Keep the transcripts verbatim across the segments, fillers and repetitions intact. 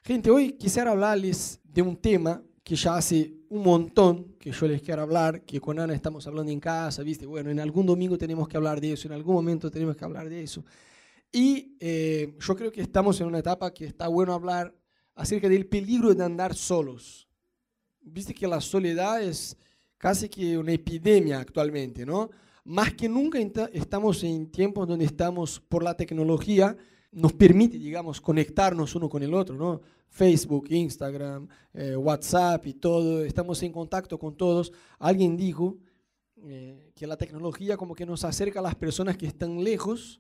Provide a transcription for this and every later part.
Gente, hoy quisiera hablarles de un tema que ya hace un montón que yo les quiero hablar, que con Ana estamos hablando en casa, ¿viste? Bueno, en algún domingo tenemos que hablar de eso, en algún momento tenemos que hablar de eso. Y eh, yo creo que estamos en una etapa que está bueno hablar acerca del peligro de andar solos. Viste que la soledad es casi que una epidemia actualmente, ¿no? Más que nunca estamos en tiempos donde estamos por la tecnología, nos permite, digamos, conectarnos uno con el otro, ¿no? Facebook, Instagram, eh, WhatsApp y todo, estamos en contacto con todos. Alguien dijo eh, que la tecnología como que nos acerca a las personas que están lejos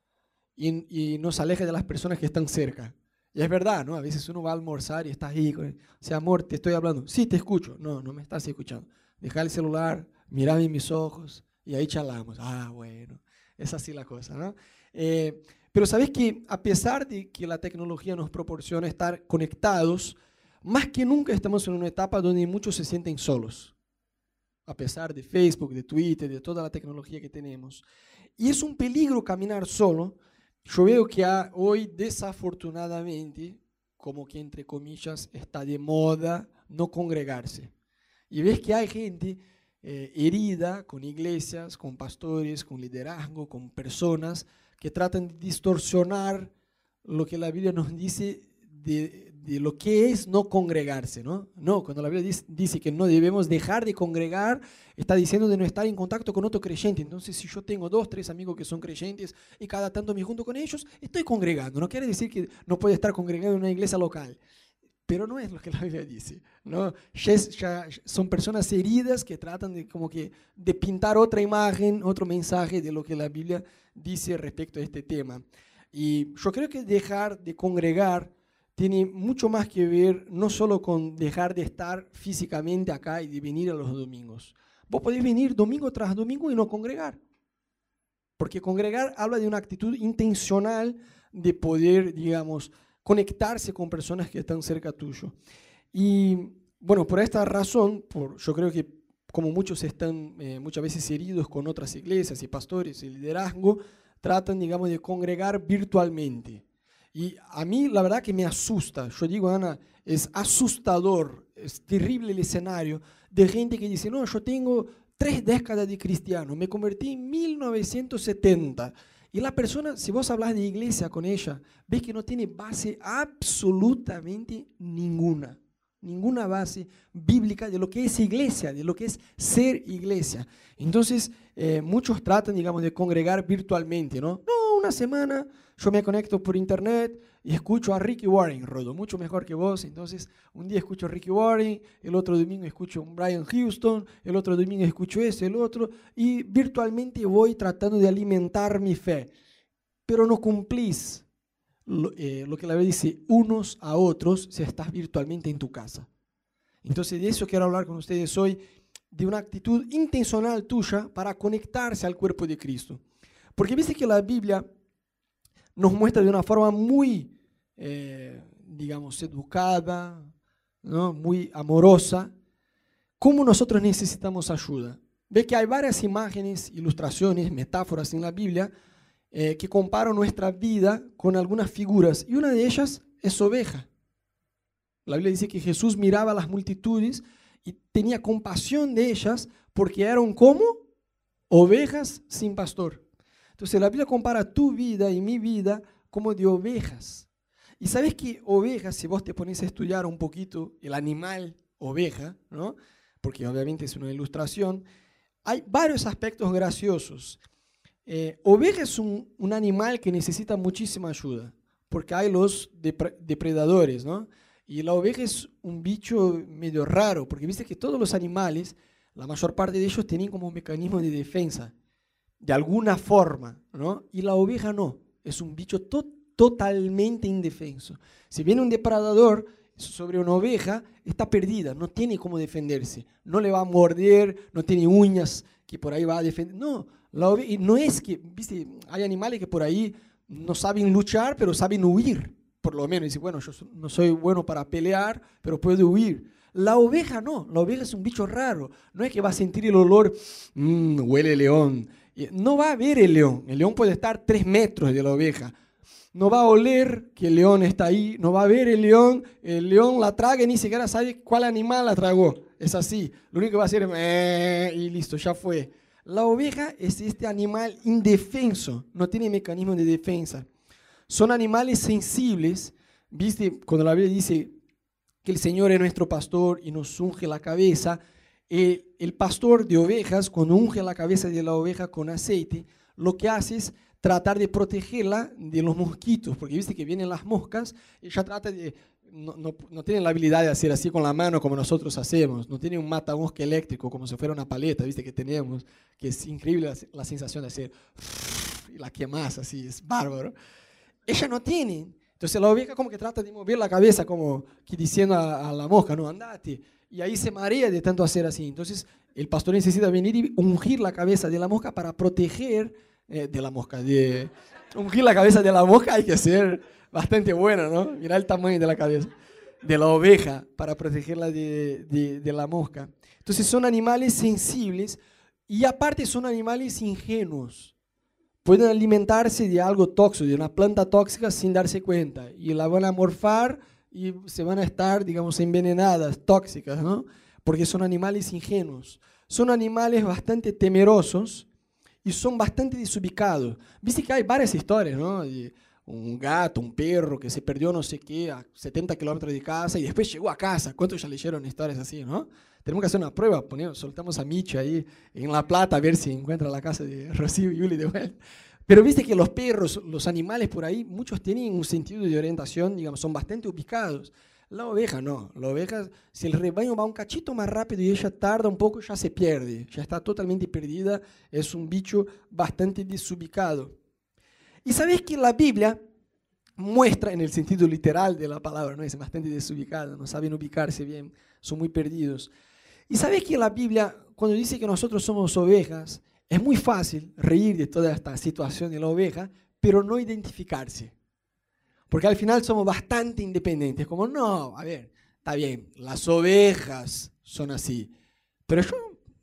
y, y nos aleja de las personas que están cerca. Y es verdad, ¿no? A veces uno va a almorzar y estás ahí, o sea, amor, te estoy hablando. Sí, te escucho. No, no me estás escuchando. Deja el celular, mírame en mis ojos y ahí charlamos. Ah, bueno, es así la cosa, ¿no? Eh, pero sabes que a pesar de que la tecnología nos proporciona estar conectados, más que nunca estamos en una etapa donde muchos se sienten solos. A pesar de Facebook, de Twitter, de toda la tecnología que tenemos. Y es un peligro caminar solo. Yo veo que hoy, desafortunadamente, como que entre comillas, está de moda no congregarse. Y ves que hay gente eh, herida con iglesias, con pastores, con liderazgo, con personas que tratan de distorsionar lo que la Biblia nos dice de, de lo que es no congregarse, ¿no? No, cuando la Biblia dice, dice que no debemos dejar de congregar, está diciendo de no estar en contacto con otro creyente. Entonces, si yo tengo dos, tres amigos que son creyentes y cada tanto me junto con ellos, estoy congregando. No quiere decir que no puede estar congregado en una iglesia local. Pero no es lo que la Biblia dice, ¿no? Ya, ya son personas heridas que tratan de, como que, de pintar otra imagen, otro mensaje de lo que la Biblia dice respecto a este tema. Y yo creo que dejar de congregar tiene mucho más que ver no solo con dejar de estar físicamente acá y de venir a los domingos. Vos podés venir domingo tras domingo y no congregar. Porque congregar habla de una actitud intencional de poder, digamos, conectarse con personas que están cerca tuyo. Y bueno, por esta razón, por, yo creo que como muchos están eh, muchas veces heridos con otras iglesias y pastores y liderazgo, tratan, digamos, de congregar virtualmente. Y a mí la verdad que me asusta. Yo digo, Ana, es asustador, es terrible el escenario de gente que dice, no, yo tengo tres décadas de cristiano, me convertí en mil novecientos setenta. Y la persona, si vos hablas de iglesia con ella, ves que no tiene base absolutamente ninguna. Ninguna base bíblica de lo que es iglesia, de lo que es ser iglesia. Entonces, eh, muchos tratan, digamos, de congregar virtualmente, ¿no? No, una semana yo me conecto por internet y escucho a Ricky Warren, Rodo, mucho mejor que vos. Entonces, un día escucho a Ricky Warren, el otro domingo escucho a un Brian Houston, el otro domingo escucho ese, el otro, y virtualmente voy tratando de alimentar mi fe. Pero no cumplís lo, eh, lo que la Biblia dice, unos a otros, si estás virtualmente en tu casa. Entonces, de eso quiero hablar con ustedes hoy, de una actitud intencional tuya para conectarse al cuerpo de Cristo. Porque viste que la Biblia nos muestra de una forma muy, eh, digamos, educada, ¿no? Muy amorosa, cómo nosotros necesitamos ayuda. Ve que hay varias imágenes, ilustraciones, metáforas en la Biblia eh, que comparan nuestra vida con algunas figuras, y una de ellas es oveja. La Biblia dice que Jesús miraba a las multitudes y tenía compasión de ellas porque eran como ovejas sin pastor. Entonces la Biblia compara tu vida y mi vida como de ovejas. Y sabes que ovejas, si vos te pones a estudiar un poquito el animal oveja, ¿no? Porque obviamente es una ilustración, hay varios aspectos graciosos. Eh, oveja es un, un animal que necesita muchísima ayuda, porque hay los depre- depredadores, ¿no? Y la oveja es un bicho medio raro, porque viste que todos los animales, la mayor parte de ellos tienen como un mecanismo de defensa, de alguna forma, ¿no? Y la oveja no, es un bicho to totalmente indefenso. Si viene un depredador sobre una oveja, está perdida, no tiene cómo defenderse, no le va a morder, no tiene uñas que por ahí va a defender. No, la oveja, y no es que, viste, hay animales que por ahí no saben luchar, pero saben huir, por lo menos. Dice, bueno, yo no soy bueno para pelear, pero puedo huir. La oveja no, la oveja es un bicho raro, no es que va a sentir el olor, mmm, huele león. No va a ver el león, el león puede estar tres metros de la oveja, no va a oler que el león está ahí, no va a ver el león, el león la traga y ni siquiera sabe cuál animal la tragó. Es así, lo único que va a hacer es "Meh", y listo, ya fue. La oveja es este animal indefenso, no tiene mecanismo de defensa. Son animales sensibles, ¿viste? Cuando la Biblia dice que el Señor es nuestro pastor y nos unge la cabeza, eh, el pastor de ovejas, cuando unge la cabeza de la oveja con aceite, lo que hace es tratar de protegerla de los mosquitos, porque viste que vienen las moscas, ella trata de, no, no, no tiene la habilidad de hacer así con la mano como nosotros hacemos, no tiene un matamosca eléctrico como si fuera una paleta, viste que tenemos, que es increíble la, la sensación de hacer, y la quemas así, es bárbaro. Ella no tiene, entonces la oveja como que trata de mover la cabeza, como que diciendo a, a la mosca, no, andate, y ahí se marea de tanto hacer así, entonces el pastor necesita venir y ungir la cabeza de la mosca para proteger Eh, de la mosca, de ungir la cabeza de la mosca hay que ser bastante bueno, ¿no? Mira el tamaño de la cabeza de la oveja para protegerla de, de, de la mosca. Entonces son animales sensibles y aparte son animales ingenuos. Pueden alimentarse de algo tóxico, de una planta tóxica sin darse cuenta y la van a morfar y se van a estar, digamos, envenenadas, tóxicas, ¿no? Porque son animales ingenuos. Son animales bastante temerosos y son bastante desubicados. Viste que hay varias historias, ¿no? De un gato, un perro que se perdió no sé qué a setenta kilómetros de casa y después llegó a casa. ¿Cuántos ya leyeron historias así, no? Tenemos que hacer una prueba. Ponemos, soltamos a Micho ahí en La Plata a ver si encuentra la casa de Rocío y Yuli de vuelta. Pero viste que los perros, los animales por ahí, muchos tienen un sentido de orientación, digamos, son bastante ubicados. La oveja no, la oveja, si el rebaño va un cachito más rápido y ella tarda un poco, ya se pierde, ya está totalmente perdida, es un bicho bastante desubicado. Y sabes que la Biblia muestra, en el sentido literal de la palabra, ¿no? Es bastante desubicada, no saben ubicarse bien, son muy perdidos. Y sabes que la Biblia, cuando dice que nosotros somos ovejas, es muy fácil reír de toda esta situación de la oveja, pero no identificarse. Porque al final somos bastante independientes, como no, a ver, está bien, las ovejas son así, pero yo,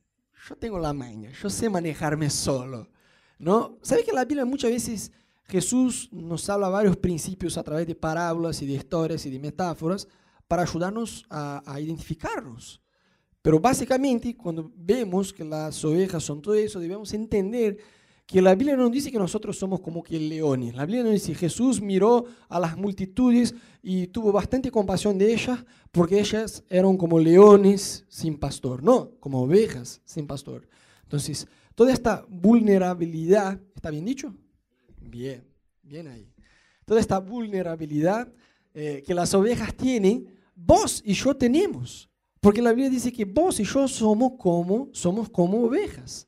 yo tengo la maña, yo sé manejarme solo, ¿no? ¿Sabes que en la Biblia muchas veces Jesús nos habla varios principios a través de parábolas y de historias y de metáforas para ayudarnos a, a identificarnos? Pero básicamente cuando vemos que las ovejas son todo eso, debemos entender que la Biblia no dice que nosotros somos como que leones. La Biblia no dice, Jesús miró a las multitudes y tuvo bastante compasión de ellas porque ellas eran como leones sin pastor, no, como ovejas sin pastor. Entonces, toda esta vulnerabilidad, ¿está bien dicho? Bien, bien ahí. Toda esta vulnerabilidad eh, que las ovejas tienen, vos y yo tenemos. Porque la Biblia dice que vos y yo somos como, somos como ovejas.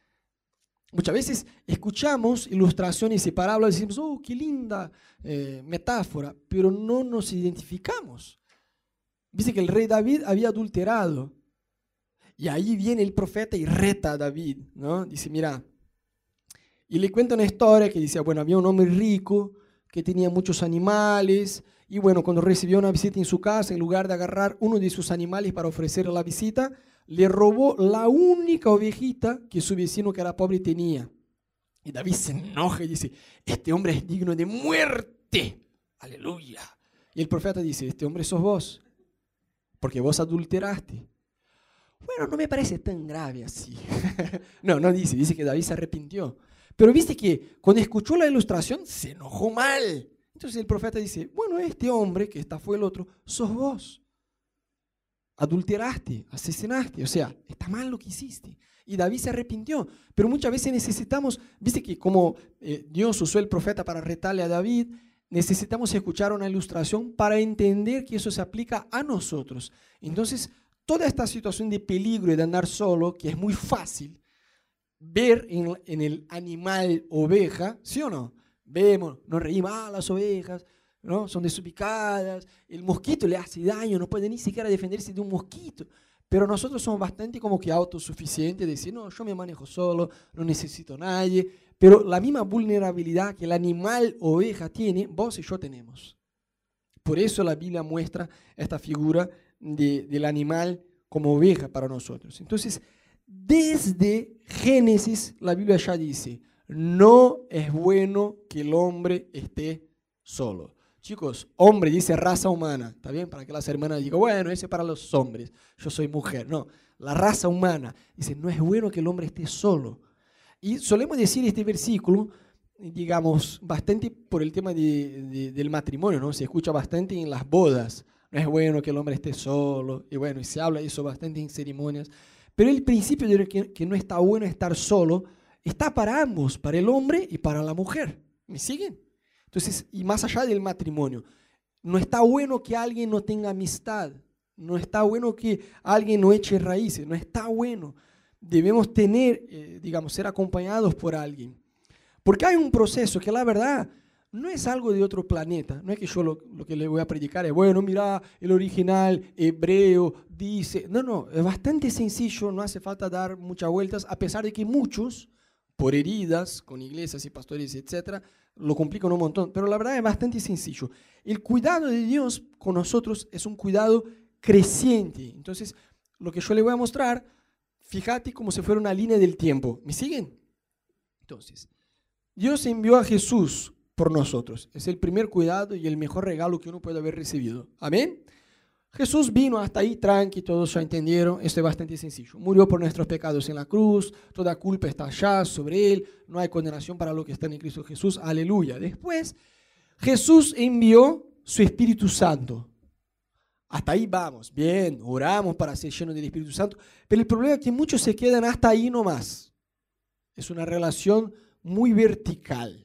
Muchas veces escuchamos ilustraciones y parábolas y decimos, oh, qué linda eh, metáfora, pero no nos identificamos. Dice que el rey David había adulterado. Y ahí viene el profeta y reta a David, ¿no? Dice, mira, y le cuenta una historia que dice, bueno, había un hombre rico que tenía muchos animales, y bueno, cuando recibió una visita en su casa, en lugar de agarrar uno de sus animales para ofrecerle la visita, le robó la única ovejita que su vecino, que era pobre, tenía. Y David se enoja y dice, este hombre es digno de muerte. Aleluya. Y el profeta dice, este hombre sos vos, porque vos adulteraste. Bueno, no me parece tan grave así. no, no dice, dice que David se arrepintió. Pero viste que cuando escuchó la ilustración se enojó mal. Entonces el profeta dice, bueno, este hombre que está fue el otro, sos vos. Adulteraste, asesinaste, o sea, está mal lo que hiciste. Y David se arrepintió. Pero muchas veces necesitamos, viste que como eh, Dios usó el profeta para retarle a David, necesitamos escuchar una ilustración para entender que eso se aplica a nosotros. Entonces, toda esta situación de peligro y de andar solo, que es muy fácil ver en, en el animal oveja, ¿sí o no? Vemos, nos reímos, ah, las ovejas, ¿no? Son desubicadas, el mosquito le hace daño, no puede ni siquiera defenderse de un mosquito. Pero nosotros somos bastante como que autosuficientes, de decir, no, yo me manejo solo, no necesito a nadie. Pero la misma vulnerabilidad que el animal oveja tiene, vos y yo tenemos. Por eso la Biblia muestra esta figura de, del animal como oveja para nosotros. Entonces, desde Génesis, la Biblia ya dice, no es bueno que el hombre esté solo. Chicos, hombre dice raza humana, ¿está bien? Para que las hermanas digan, bueno, ese es para los hombres, yo soy mujer. No, la raza humana dice, no es bueno que el hombre esté solo. Y solemos decir este versículo, digamos, bastante por el tema de, de, del matrimonio, ¿no? Se escucha bastante en las bodas. No es bueno que el hombre esté solo. Y bueno, y se habla de eso bastante en ceremonias. Pero el principio de que, que no está bueno estar solo está para ambos, para el hombre y para la mujer. ¿Me siguen? Entonces, y más allá del matrimonio, no está bueno que alguien no tenga amistad. No está bueno que alguien no eche raíces. No está bueno. Debemos tener, eh, digamos, ser acompañados por alguien. Porque hay un proceso que la verdad no es algo de otro planeta. No es que yo lo, lo que le voy a predicar es, bueno, mira, el original hebreo dice... No, no, es bastante sencillo, no hace falta dar muchas vueltas, a pesar de que muchos, por heridas, con iglesias y pastores, etcétera, lo complican un montón. Pero la verdad es bastante sencillo. El cuidado de Dios con nosotros es un cuidado creciente. Entonces, lo que yo le voy a mostrar, fíjate como si fuera una línea del tiempo. ¿Me siguen? Entonces, Dios envió a Jesús por nosotros. Es el primer cuidado y el mejor regalo que uno puede haber recibido. Amén. Jesús vino hasta ahí, tranqui, todos ya entendieron. Esto es bastante sencillo. Murió por nuestros pecados en la cruz. Toda culpa está allá sobre Él. No hay condenación para los que están en Cristo Jesús. Aleluya. Después, Jesús envió su Espíritu Santo. Hasta ahí vamos. Bien, oramos para ser llenos del Espíritu Santo. Pero el problema es que muchos se quedan hasta ahí nomás. Es una relación muy vertical.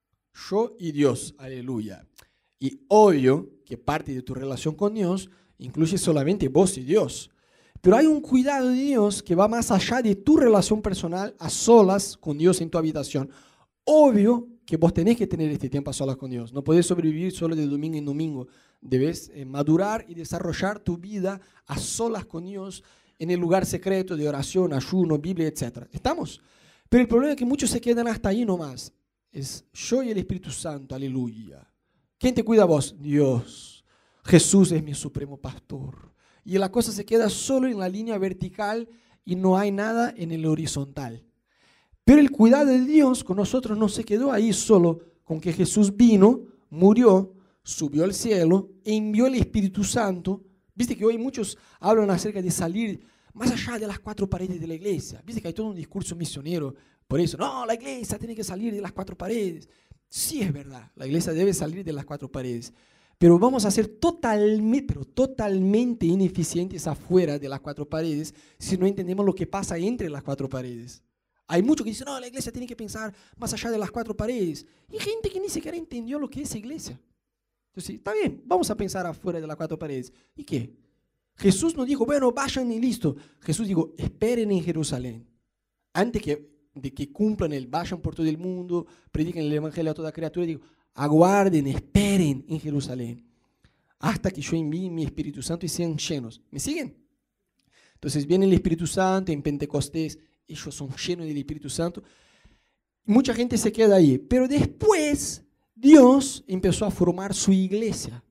Yo y Dios, aleluya. Y obvio que parte de tu relación con Dios incluye solamente vos y Dios. Pero hay un cuidado de Dios que va más allá de tu relación personal a solas con Dios en tu habitación. Obvio que vos tenés que tener este tiempo a solas con Dios. No podés sobrevivir solo de domingo en domingo. Debes eh, madurar y desarrollar tu vida a solas con Dios en el lugar secreto de oración, ayuno, Biblia, etcétera. ¿Estamos? Pero el problema es que muchos se quedan hasta ahí nomás. Es yo y el Espíritu Santo, aleluya. ¿Quién te cuida a vos? Dios. Jesús es mi supremo pastor. Y la cosa se queda solo en la línea vertical y no hay nada en el horizontal. Pero el cuidado de Dios con nosotros no se quedó ahí solo con que Jesús vino, murió, subió al cielo, envió el Espíritu Santo. Viste que hoy muchos hablan acerca de salir más allá de las cuatro paredes de la iglesia. Viste que hay todo un discurso misionero por eso. No, la iglesia tiene que salir de las cuatro paredes. Sí, es verdad, la iglesia debe salir de las cuatro paredes. Pero vamos a ser totalmente, pero totalmente ineficientes afuera de las cuatro paredes si no entendemos lo que pasa entre las cuatro paredes. Hay muchos que dicen, no, la iglesia tiene que pensar más allá de las cuatro paredes. Y hay gente que ni siquiera entendió lo que es iglesia. Entonces, está bien, vamos a pensar afuera de las cuatro paredes. ¿Y qué? Jesús no dijo, bueno, vayan y listo. Jesús dijo, esperen en Jerusalén. Antes que, de que cumplan el vayan por todo el mundo, prediquen el evangelio a toda criatura, digo, aguarden, esperen en Jerusalén. Hasta que yo envíe mi Espíritu Santo y sean llenos. ¿Me siguen? Entonces viene el Espíritu Santo en Pentecostés. Ellos son llenos del Espíritu Santo. Mucha gente se queda ahí. Pero después Dios empezó a formar su iglesia.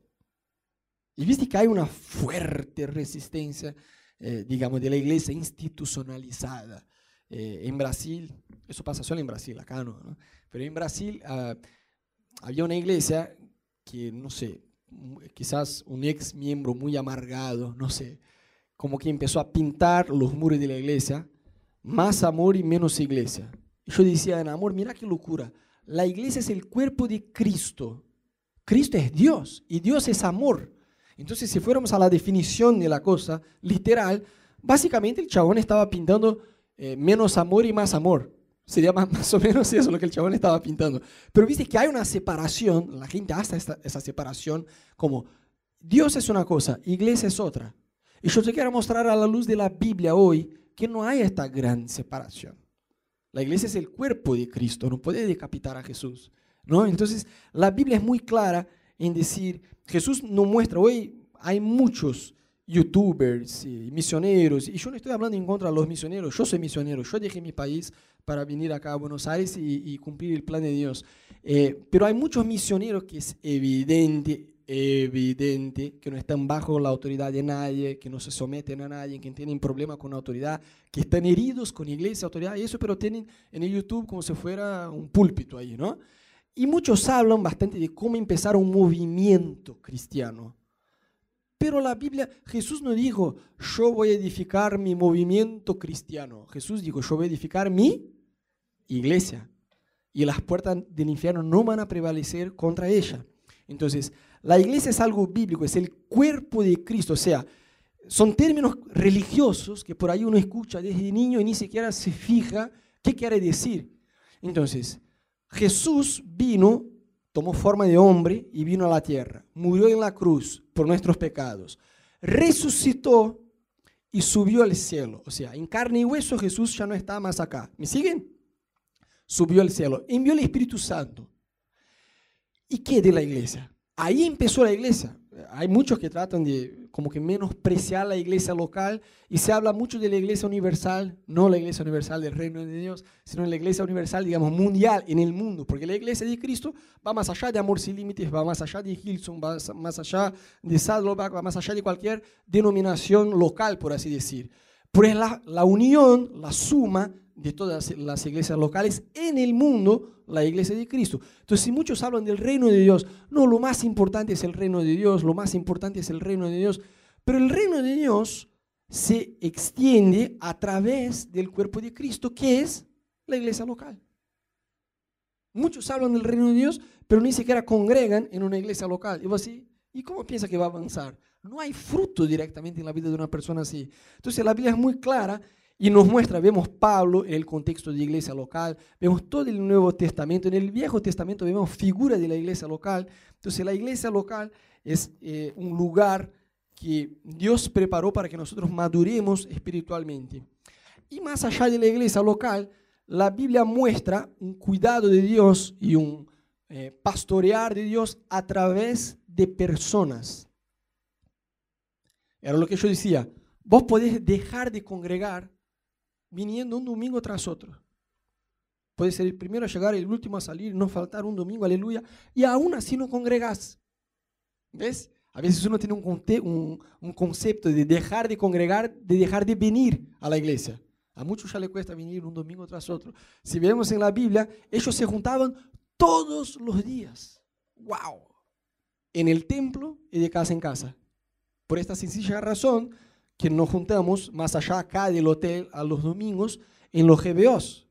Y viste que hay una fuerte resistencia, eh, digamos, de la iglesia institucionalizada. Eh, en Brasil, eso pasa solo en Brasil, acá no, ¿no? Pero en Brasil uh, había una iglesia que, no sé, quizás un ex miembro muy amargado, no sé, como que empezó a pintar los muros de la iglesia, más amor y menos iglesia. Y yo decía, en amor, mira qué locura, la iglesia es el cuerpo de Cristo. Cristo es Dios y Dios es amor. Entonces, si fuéramos a la definición de la cosa literal, básicamente el chabón estaba pintando eh, menos amor y más amor. Sería más, más o menos eso lo que el chabón estaba pintando. Pero viste que hay una separación, la gente hace esta, esa separación como Dios es una cosa, iglesia es otra. Y yo te quiero mostrar a la luz de la Biblia hoy que no hay esta gran separación. La iglesia es el cuerpo de Cristo, no puede decapitar a Jesús, ¿no? Entonces, la Biblia es muy clara en decir, Jesús nos muestra, hoy hay muchos youtubers y misioneros, y yo no estoy hablando en contra de los misioneros, yo soy misionero, yo dejé mi país para venir acá a Buenos Aires y, y cumplir el plan de Dios. Eh, pero hay muchos misioneros que es evidente, evidente, que no están bajo la autoridad de nadie, que no se someten a nadie, que tienen problemas con la autoridad, que están heridos con iglesia, autoridad y eso, pero tienen en el YouTube como si fuera un púlpito ahí, ¿no? Y muchos hablan bastante de cómo empezar un movimiento cristiano. Pero la Biblia, Jesús no dijo, yo voy a edificar mi movimiento cristiano. Jesús dijo, yo voy a edificar mi iglesia. Y las puertas del infierno no van a prevalecer contra ella. Entonces, la iglesia es algo bíblico, es el cuerpo de Cristo. O sea, son términos religiosos que por ahí uno escucha desde niño y ni siquiera se fija qué quiere decir. Entonces, Jesús vino, tomó forma de hombre y vino a la tierra. Murió en la cruz por nuestros pecados. Resucitó y subió al cielo. O sea, en carne y hueso Jesús ya no está más acá. ¿Me siguen? Subió al cielo. Envió el Espíritu Santo. ¿Y qué de la iglesia? Ahí empezó la iglesia. Hay muchos que tratan de como que menospreciar la iglesia local y se habla mucho de la iglesia universal, no la iglesia universal del reino de Dios, sino la iglesia universal, digamos, mundial, en el mundo, porque la iglesia de Cristo va más allá de Amor Sin Límites, va más allá de Hillsong, va más allá de Saddleback, va más allá de cualquier denominación local, por así decir. Pero es la, la unión, la suma de todas las iglesias locales en el mundo, la iglesia de Cristo. Entonces, si muchos hablan del reino de Dios, no, lo más importante es el reino de Dios, lo más importante es el reino de Dios, pero el reino de Dios se extiende a través del cuerpo de Cristo, que es la iglesia local. Muchos hablan del reino de Dios, pero ni siquiera congregan en una iglesia local. Y vos así, ¿y cómo piensa que va a avanzar? No hay fruto directamente en la vida de una persona así. Entonces, la Biblia es muy clara y nos muestra, vemos Pablo en el contexto de iglesia local, vemos todo el Nuevo Testamento, en el Viejo Testamento vemos figuras de la iglesia local. Entonces la iglesia local es eh, un lugar que Dios preparó para que nosotros maduremos espiritualmente. Y más allá de la iglesia local, la Biblia muestra un cuidado de Dios y un eh, pastorear de Dios a través de personas. Era lo que yo decía, vos podés dejar de congregar viniendo un domingo tras otro. Puedes ser el primero a llegar, el último a salir, no faltar un domingo, aleluya, y aún así no congregás. ¿Ves? A veces uno tiene un, un, un concepto de dejar de congregar, de dejar de venir a la iglesia. A muchos ya les cuesta venir un domingo tras otro. Si vemos en la Biblia, ellos se juntaban todos los días. ¡Wow! En el templo y de casa en casa. Por esta sencilla razón que nos juntamos más allá acá del hotel a los domingos en los G B Os,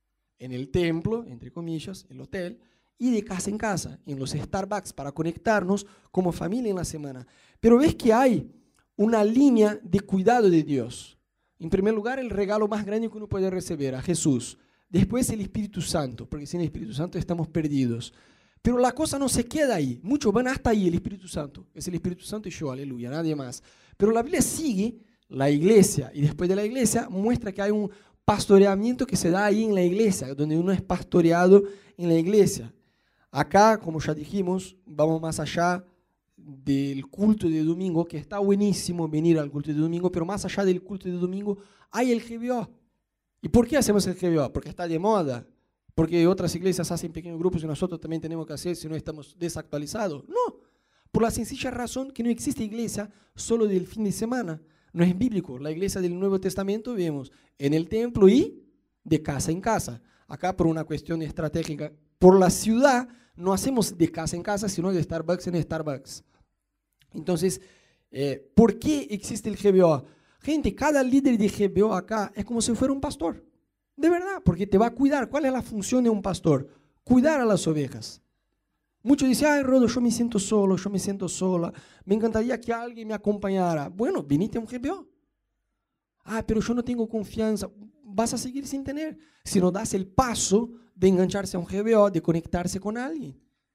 en el templo, entre comillas, el hotel, y de casa en casa, en los Starbucks, para conectarnos como familia en la semana. Pero ves que hay una línea de cuidado de Dios. En primer lugar, el regalo más grande que uno puede recibir, a Jesús. Después el Espíritu Santo, porque sin el Espíritu Santo estamos perdidos. Pero la cosa no se queda ahí. Muchos van hasta ahí, el Espíritu Santo. Es el Espíritu Santo y yo, aleluya, nadie más. Pero la Biblia sigue la iglesia y después de la iglesia muestra que hay un pastoreamiento que se da ahí en la iglesia, donde uno es pastoreado en la iglesia. Acá, como ya dijimos, vamos más allá del culto de domingo, que está buenísimo venir al culto de domingo, pero más allá del culto de domingo hay el G B O. ¿Y por qué hacemos el G B O? Porque está de moda. Porque otras iglesias hacen pequeños grupos y nosotros también tenemos que hacer si no estamos desactualizados. No, por la sencilla razón que no existe iglesia solo del fin de semana. No es bíblico. La iglesia del Nuevo Testamento vemos en el templo y de casa en casa. Acá por una cuestión estratégica, por la ciudad no hacemos de casa en casa, sino de Starbucks en Starbucks. Entonces, eh, ¿por qué existe el G B O? Gente, cada líder de G B O acá es como si fuera un pastor. De verdad, porque te va a cuidar. ¿Cuál es la función de un pastor? Cuidar a las ovejas. Muchos dicen, ay, Rodo, yo me siento solo, yo me siento sola. Me encantaría que alguien me acompañara. Bueno, viniste a un G B O. Ah, pero yo no tengo confianza. Vas a seguir sin tener. Si no das el paso de engancharse a un G B O, de conectarse con alguien.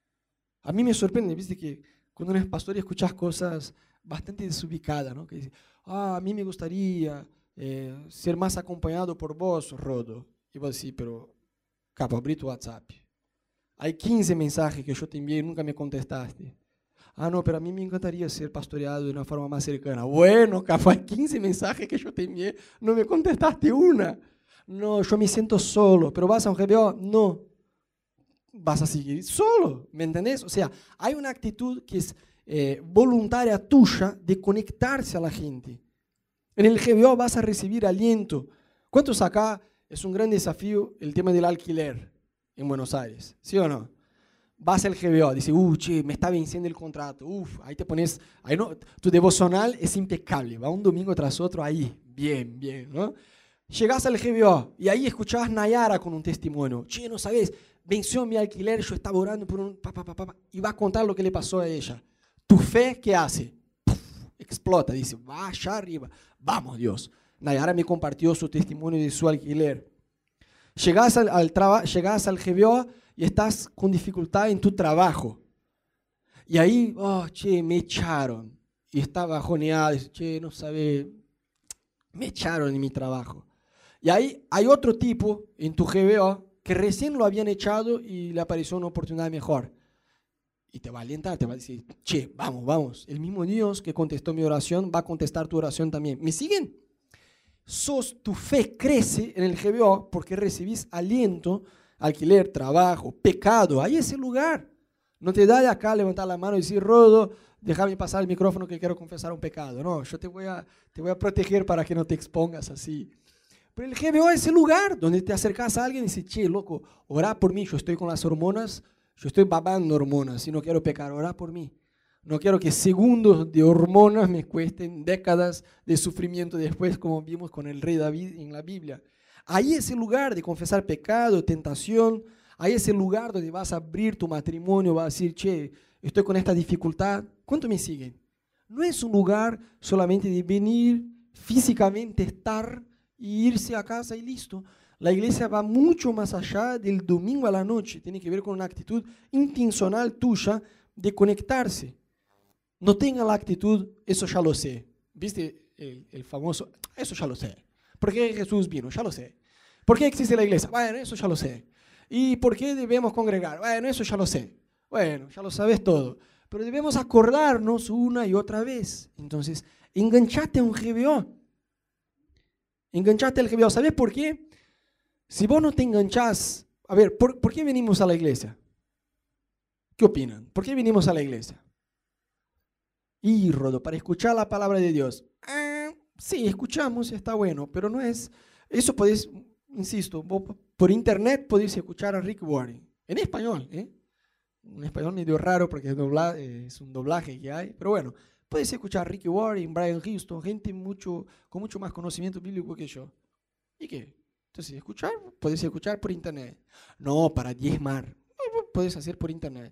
A mí me sorprende, viste que cuando eres pastor y escuchas cosas bastante desubicadas, ¿no? Que dice, ah, a mí me gustaría eh, ser más acompañado por vos, Rodo. Y vos decís, pero, capo, abrí tu WhatsApp. Hay quince mensajes que yo te envié y nunca me contestaste. Ah, no, pero a mí me encantaría ser pastoreado de una forma más cercana. Bueno, capo, hay quince mensajes que yo te envié, no me contestaste una. No, yo me siento solo, pero vas a un G B O, no. Vas a seguir solo, ¿me entendés? O sea, hay una actitud que es eh, voluntaria tuya de conectarse a la gente. En el G B O vas a recibir aliento. ¿Cuántos acá es un gran desafío el tema del alquiler en Buenos Aires? ¿Sí o no? vas al G B O, dices, uh, che, me está venciendo el contrato, uf, ahí te pones, ahí no, tu devocional es impecable, va un domingo tras otro ahí, bien, bien, ¿no? Llegas al G B O y ahí escuchabas Nayara con un testimonio, che, no sabes, venció mi alquiler, yo estaba orando por un, pa, pa, pa, pa, y va a contar lo que le pasó a ella. Tu fe, ¿qué hace? Puf, explota, dice, va allá arriba, vamos Dios. Nayara me compartió su testimonio de su alquiler. Llegas al, al, llegas al G B O y estás con dificultad en tu trabajo. Y ahí, oh, che, me echaron. Y está bajoneado, dice, che, no sabe, me echaron en mi trabajo. Y ahí hay otro tipo en tu G B O que recién lo habían echado y le apareció una oportunidad mejor. Y te va a alentar, te va a decir, che, vamos, vamos. El mismo Dios que contestó mi oración va a contestar tu oración también. ¿Me siguen? Sos, tu fe crece en el G B O porque recibís aliento, alquiler, trabajo, pecado. Ahí es el lugar. No te da de acá levantar la mano y decir, Rodo, déjame pasar el micrófono que quiero confesar un pecado. No, yo te voy a, te voy a proteger para que no te expongas así. Pero el G B O es el lugar donde te acercas a alguien y dices, che, loco, orá por mí, yo estoy con las hormonas, yo estoy babando hormonas y no quiero pecar, orá por mí. No quiero que segundos de hormonas me cuesten décadas de sufrimiento después, como vimos con el rey David en la Biblia. Ahí es el lugar de confesar pecado, tentación. Ahí es el lugar donde vas a abrir tu matrimonio, vas a decir, che, estoy con esta dificultad. ¿Cuánto me siguen? No es un lugar solamente de venir, físicamente estar y irse a casa y listo. La iglesia va mucho más allá del domingo a la noche. Tiene que ver con una actitud intencional tuya de conectarse. No tenga la actitud, eso ya lo sé. ¿Viste el, el famoso, eso ya lo sé? ¿Por qué Jesús vino? Ya lo sé. ¿Por qué existe la iglesia? Bueno, eso ya lo sé. ¿Y por qué debemos congregar? Bueno, eso ya lo sé. Bueno, ya lo sabes todo. Pero debemos acordarnos una y otra vez. Entonces, enganchate a un G B O. Enganchate al G B O. ¿Sabes por qué? Si vos no te enganchás, a ver, ¿por, ¿por qué venimos a la iglesia? ¿Qué opinan? ¿Por qué venimos a la iglesia? Y, Rodo, para escuchar la palabra de Dios. Eh, sí, escuchamos, está bueno, pero no es... Eso podés, insisto, vos por internet podéis escuchar a Rick Warren. En español, ¿eh? Un español medio raro porque es, dobla, es un doblaje que hay, pero bueno, podéis escuchar a Ricky Warren, Brian Houston, gente mucho, con mucho más conocimiento bíblico que yo. ¿Y qué? Entonces, escuchar, podéis escuchar por internet. No, para diezmar, podéis hacer por internet.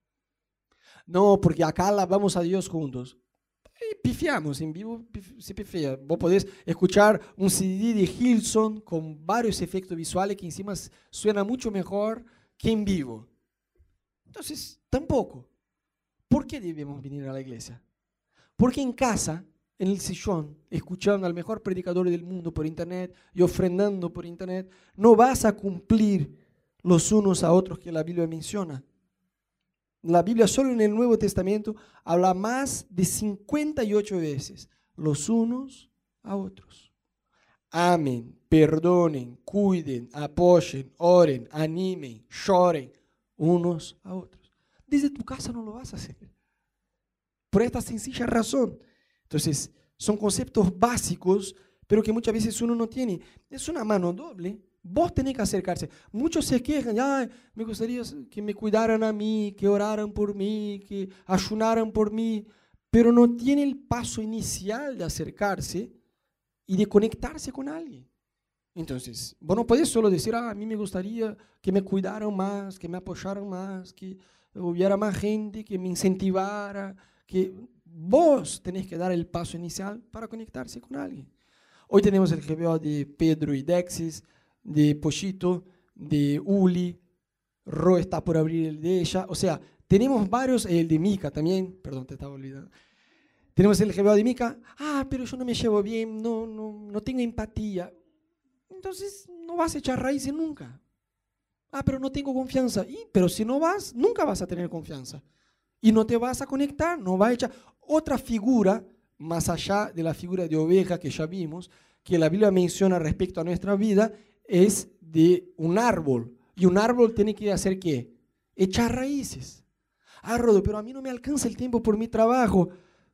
No, porque acá alabamos a Dios juntos. Y pifiamos, en vivo se pifia. Vos podés escuchar un C D de Hilson con varios efectos visuales que encima suena mucho mejor que en vivo. Entonces, tampoco. ¿Por qué debemos venir a la iglesia? Porque en casa, en el sillón, escuchando al mejor predicador del mundo por internet y ofrendando por internet, no vas a cumplir los unos a otros que la Biblia menciona. La Biblia solo en el Nuevo Testamento habla más de cincuenta y ocho veces los unos a otros. Amen, perdonen, cuiden, apoyen, oren, animen, lloren unos a otros. Desde tu casa no lo vas a hacer. Por esta sencilla razón. Entonces, son conceptos básicos, pero que muchas veces uno no tiene. Es una mano doble. Vos tenés que acercarse. Muchos se quejan, ay, me gustaría que me cuidaran a mí, que oraran por mí, que ayunaran por mí, pero no tiene el paso inicial de acercarse y de conectarse con alguien. Entonces, vos no podés solo decir, ah, a mí me gustaría que me cuidaran más, que me apoyaran más, que hubiera más gente, que me incentivara, que vos tenés que dar el paso inicial para conectarse con alguien. Hoy tenemos el G B O de Pedro y Dexis, de Pochito, de Uli, Ro está por abrir el de ella, o sea, tenemos varios, el de Mica también, perdón, te estaba olvidando. Tenemos el G B O de Mica, ah, pero yo no me llevo bien, no, no, no tengo empatía. Entonces no vas a echar raíces nunca. Ah, pero no tengo confianza. Y, pero si no vas, nunca vas a tener confianza. Y no te vas a conectar, no vas a echar. Otra figura, más allá de la figura de oveja que ya vimos, que la Biblia menciona respecto a nuestra vida, es de un árbol. Y un árbol tiene que hacer ¿qué? Echar raíces. Ah, Rodo, pero a mí no me alcanza el tiempo por mi trabajo.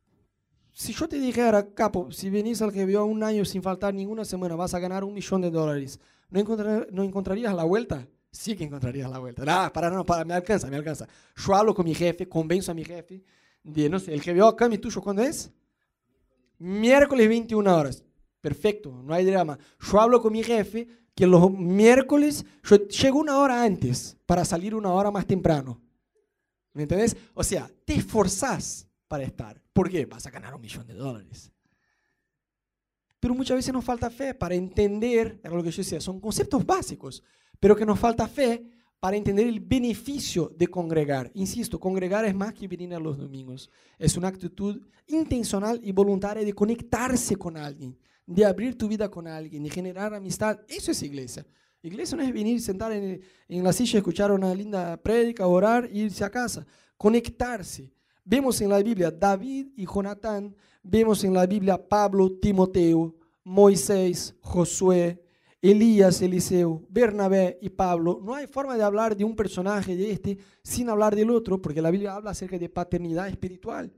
Si yo te dijera, capo, si venís al G B O un año sin faltar ninguna semana, vas a ganar un millón de dólares, ¿no, encontrar, ¿no encontrarías la vuelta? Sí que encontrarías la vuelta. Ah, para, no, para, me alcanza, me alcanza. Yo hablo con mi jefe, convenzo a mi jefe de, no sé, el G B O acá, mi tuyo, ¿cuándo es? Miércoles veintiuna horas. Perfecto, no hay drama. Yo hablo con mi jefe que los miércoles yo llego una hora antes para salir una hora más temprano. ¿Me entendés? O sea, te esforzás para estar. ¿Por qué? Vas a ganar un millón de dólares. Pero muchas veces nos falta fe para entender, era lo que yo decía, son conceptos básicos, pero que nos falta fe para entender el beneficio de congregar. Insisto, congregar es más que venir a los domingos. Es una actitud intencional y voluntaria de conectarse con alguien, de abrir tu vida con alguien, de generar amistad. Eso es iglesia. Iglesia no es venir, sentar en, en la silla, escuchar una linda prédica, orar e irse a casa. Conectarse. Vemos en la Biblia David y Jonatán, vemos en la Biblia Pablo, Timoteo, Moisés, Josué, Elías, Eliseo, Bernabé y Pablo. No hay forma de hablar de un personaje de este sin hablar del otro, porque la Biblia habla acerca de paternidad espiritual.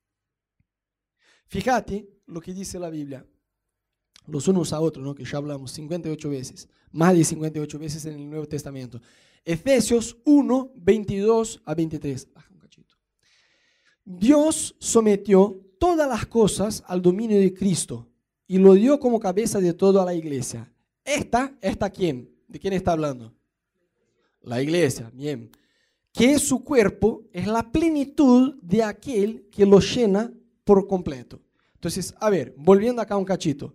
Fíjate lo que dice la Biblia, los unos a otros, ¿no? Que ya hablamos cincuenta y ocho veces, más de cincuenta y ocho veces en el Nuevo Testamento. Efesios uno, veintidós a veintitrés. Baja un cachito. Dios sometió todas las cosas al dominio de Cristo y lo dio como cabeza de toda la iglesia. Esta, ¿esta quién? ¿De quién está hablando? La iglesia, bien. Que es su cuerpo, es la plenitud de aquel que lo llena por completo. Entonces, a ver, volviendo acá un cachito.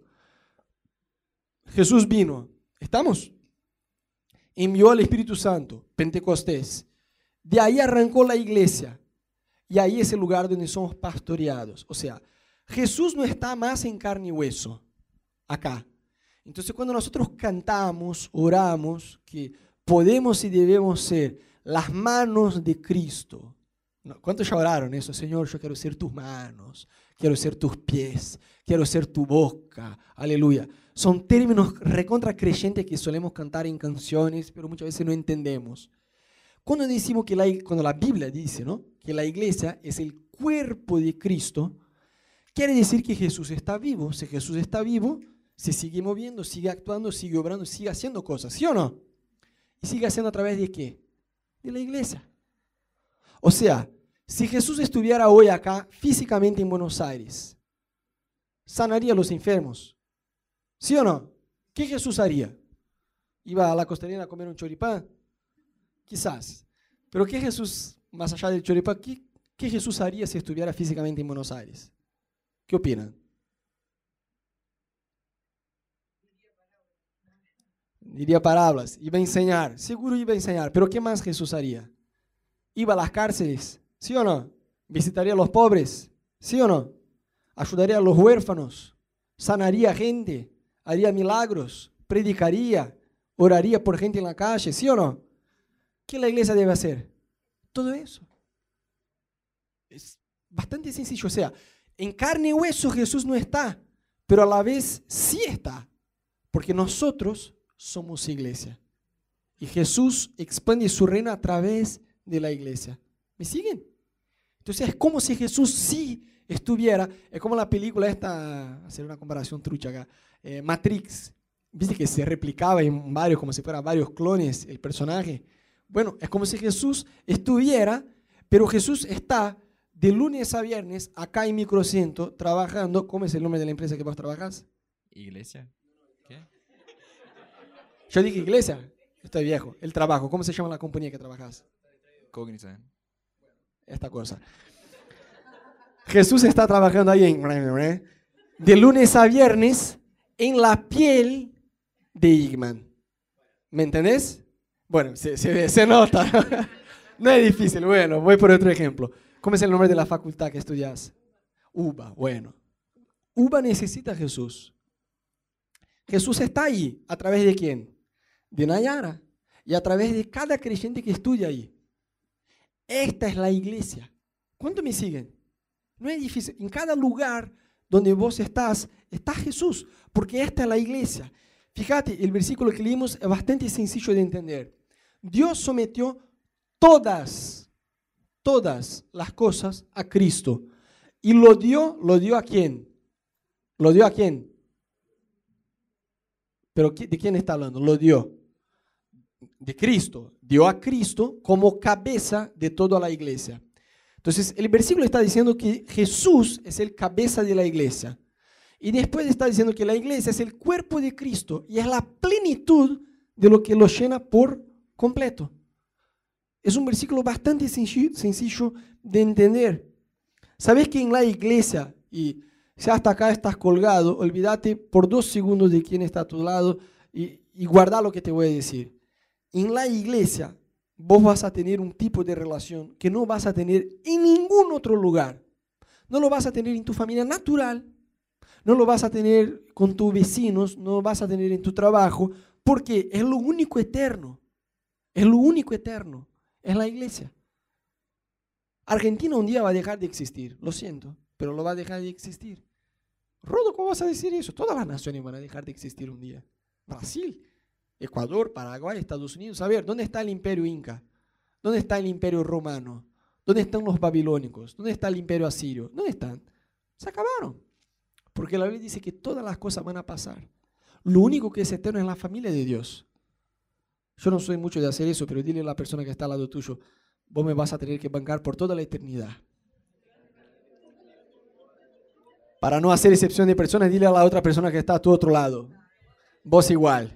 Jesús vino, ¿estamos? Envió al Espíritu Santo, Pentecostés. De ahí arrancó la iglesia. Y ahí es el lugar donde somos pastoreados. O sea, Jesús no está más en carne y hueso, acá. Entonces, cuando nosotros cantamos, oramos, que podemos y debemos ser las manos de Cristo. ¿Cuántos ya oraron eso? Señor, yo quiero ser tus manos, quiero ser tus pies, quiero ser tu boca. Aleluya. Son términos recontra creyentes que solemos cantar en canciones, pero muchas veces no entendemos. Cuando decimos que la, cuando la Biblia dice, ¿no?, que la iglesia es el cuerpo de Cristo, quiere decir que Jesús está vivo. Si Jesús está vivo, se sigue moviendo, sigue actuando, sigue obrando, sigue haciendo cosas, ¿sí o no? ¿Y sigue haciendo a través de qué? De la iglesia. O sea, si Jesús estuviera hoy acá físicamente en Buenos Aires, ¿sanaría a los enfermos? ¿Sí o no? ¿Qué Jesús haría? ¿Iba a la costanera a comer un choripán? Quizás. Pero ¿qué Jesús, más allá del choripán, qué, qué Jesús haría si estuviera físicamente en Buenos Aires? ¿Qué opinan? Diría parábolas, iba a enseñar, seguro iba a enseñar, pero ¿qué más Jesús haría? ¿Iba a las cárceles? ¿Sí o no? ¿Visitaría a los pobres? ¿Sí o no? ¿Ayudaría a los huérfanos? ¿Sanaría gente? ¿Haría milagros? ¿Predicaría? ¿Oraría por gente en la calle? ¿Sí o no? ¿Qué la iglesia debe hacer? Todo eso. Es bastante sencillo. O sea, en carne y hueso Jesús no está, pero a la vez sí está, porque nosotros somos iglesia. Y Jesús expande su reino a través de la iglesia. ¿Me siguen? Entonces es como si Jesús sí estuviera, es como la película esta, hacer una comparación trucha acá, eh, Matrix. ¿Viste que se replicaba en varios, como si fueran varios clones el personaje? Bueno, es como si Jesús estuviera, pero Jesús está de lunes a viernes acá en Microcentro trabajando. ¿Cómo es el nombre de la empresa que vos trabajas? Iglesia. ¿Qué? Yo dije iglesia. Estoy viejo. El trabajo. ¿Cómo se llama la compañía que trabajas? Cognizant. Esta cosa. Jesús está trabajando ahí en, de lunes a viernes en la piel de Igman. ¿Me entendés? Bueno, se, se, se nota. No es difícil. Bueno, voy por otro ejemplo. ¿Cómo es el nombre de la facultad que estudias? U B A. Bueno. U B A necesita a Jesús. Jesús está ahí. ¿A través de quién? De Nayara. Y a través de cada creyente que estudia ahí. Esta es la iglesia. ¿Cuánto me siguen? No es difícil. En cada lugar donde vos estás, está Jesús. Porque esta es la iglesia. Fíjate, el versículo que leímos es bastante sencillo de entender. Dios sometió todas, todas las cosas a Cristo. Y lo dio, ¿lo dio a quién? ¿Lo dio a quién? ¿Pero de quién está hablando? Lo dio. de Cristo, dio a Cristo como cabeza de toda la iglesia. Entonces, el versículo está diciendo que Jesús es el cabeza de la iglesia. Y después está diciendo que la iglesia es el cuerpo de Cristo y es la plenitud de lo que lo llena por completo. Es un versículo bastante sencillo de entender. ¿Sabes que en la iglesia, y si hasta acá estás colgado, olvídate por dos segundos de quién está a tu lado y, y guarda lo que te voy a decir? En la iglesia vos vas a tener un tipo de relación que no vas a tener en ningún otro lugar. No lo vas a tener en tu familia natural, no lo vas a tener con tus vecinos, no lo vas a tener en tu trabajo, porque es lo único eterno. Es lo único eterno. Es la iglesia. Argentina un día va a dejar de existir, lo siento, pero lo va a dejar de existir. Rodo, ¿cómo vas a decir eso? Todas las naciones van a dejar de existir un día. Brasil, Ecuador, Paraguay, Estados Unidos. A ver, ¿dónde está el imperio inca? ¿Dónde está el imperio romano? ¿Dónde están los babilónicos? ¿Dónde está el imperio asirio? ¿Dónde están? Se acabaron. Porque la Biblia dice que todas las cosas van a pasar. Lo único que es eterno es la familia de Dios. Yo no soy mucho de hacer eso, pero dile a la persona que está al lado tuyo, vos me vas a tener que bancar por toda la eternidad. Para no hacer excepción de personas, dile a la otra persona que está a tu otro lado. Vos igual.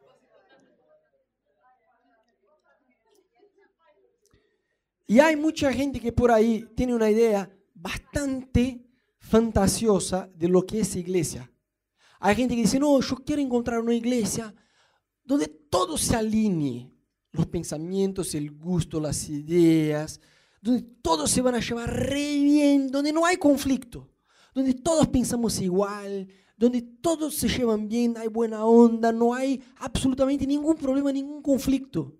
Y hay mucha gente que por ahí tiene una idea bastante fantasiosa de lo que es iglesia. Hay gente que dice, no, yo quiero encontrar una iglesia donde todo se alinee. Los pensamientos, el gusto, las ideas, donde todos se van a llevar re bien, donde no hay conflicto, donde todos pensamos igual, donde todos se llevan bien, hay buena onda, no hay absolutamente ningún problema, ningún conflicto.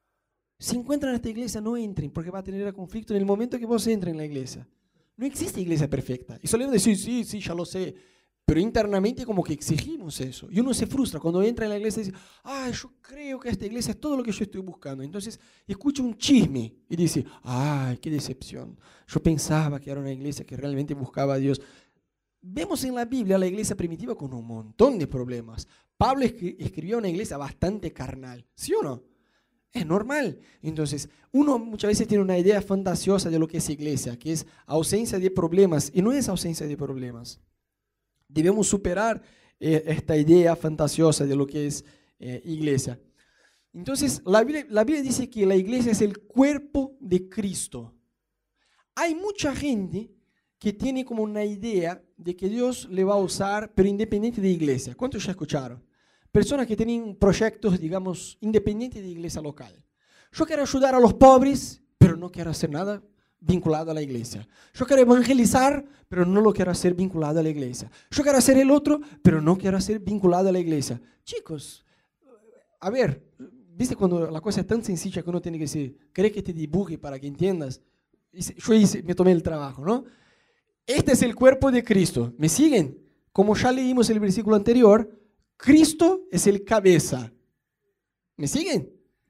Si encuentran en esta iglesia, no entren, porque va a tener conflicto en el momento que vos entres en la iglesia. No existe iglesia perfecta. Y solemos decir, sí, sí, ya lo sé. Pero internamente como que exigimos eso. Y uno se frustra cuando entra en la iglesia y dice, ah, yo creo que esta iglesia es todo lo que yo estoy buscando. Entonces escucha un chisme y dice, ay, qué decepción. Yo pensaba que era una iglesia que realmente buscaba a Dios. Vemos en la Biblia la iglesia primitiva con un montón de problemas. Pablo escribió una iglesia bastante carnal, ¿sí o no? Es normal. Entonces, uno muchas veces tiene una idea fantasiosa de lo que es iglesia, que es ausencia de problemas, y no es ausencia de problemas. Debemos superar eh, esta idea fantasiosa de lo que es eh, iglesia. Entonces, la Biblia, la Biblia dice que la iglesia es el cuerpo de Cristo. Hay mucha gente que tiene como una idea de que Dios le va a usar, pero independiente de iglesia. ¿Cuántos ya escucharon? Personas que tienen proyectos, digamos, independientes de iglesia local. Yo quiero ayudar a los pobres, pero no quiero hacer nada vinculado a la iglesia. Yo quiero evangelizar, pero no lo quiero hacer vinculado a la iglesia. Yo quiero hacer el otro, pero no quiero hacer vinculado a la iglesia. Chicos, a ver, ¿viste cuando la cosa es tan sencilla que uno tiene que decir, ¿querés que te dibuje para que entiendas? Yo hice, me tomé el trabajo, ¿no? Este es el cuerpo de Cristo. ¿Me siguen? Como ya leímos el versículo anterior, Cristo es el cabeza. ¿Me siguen?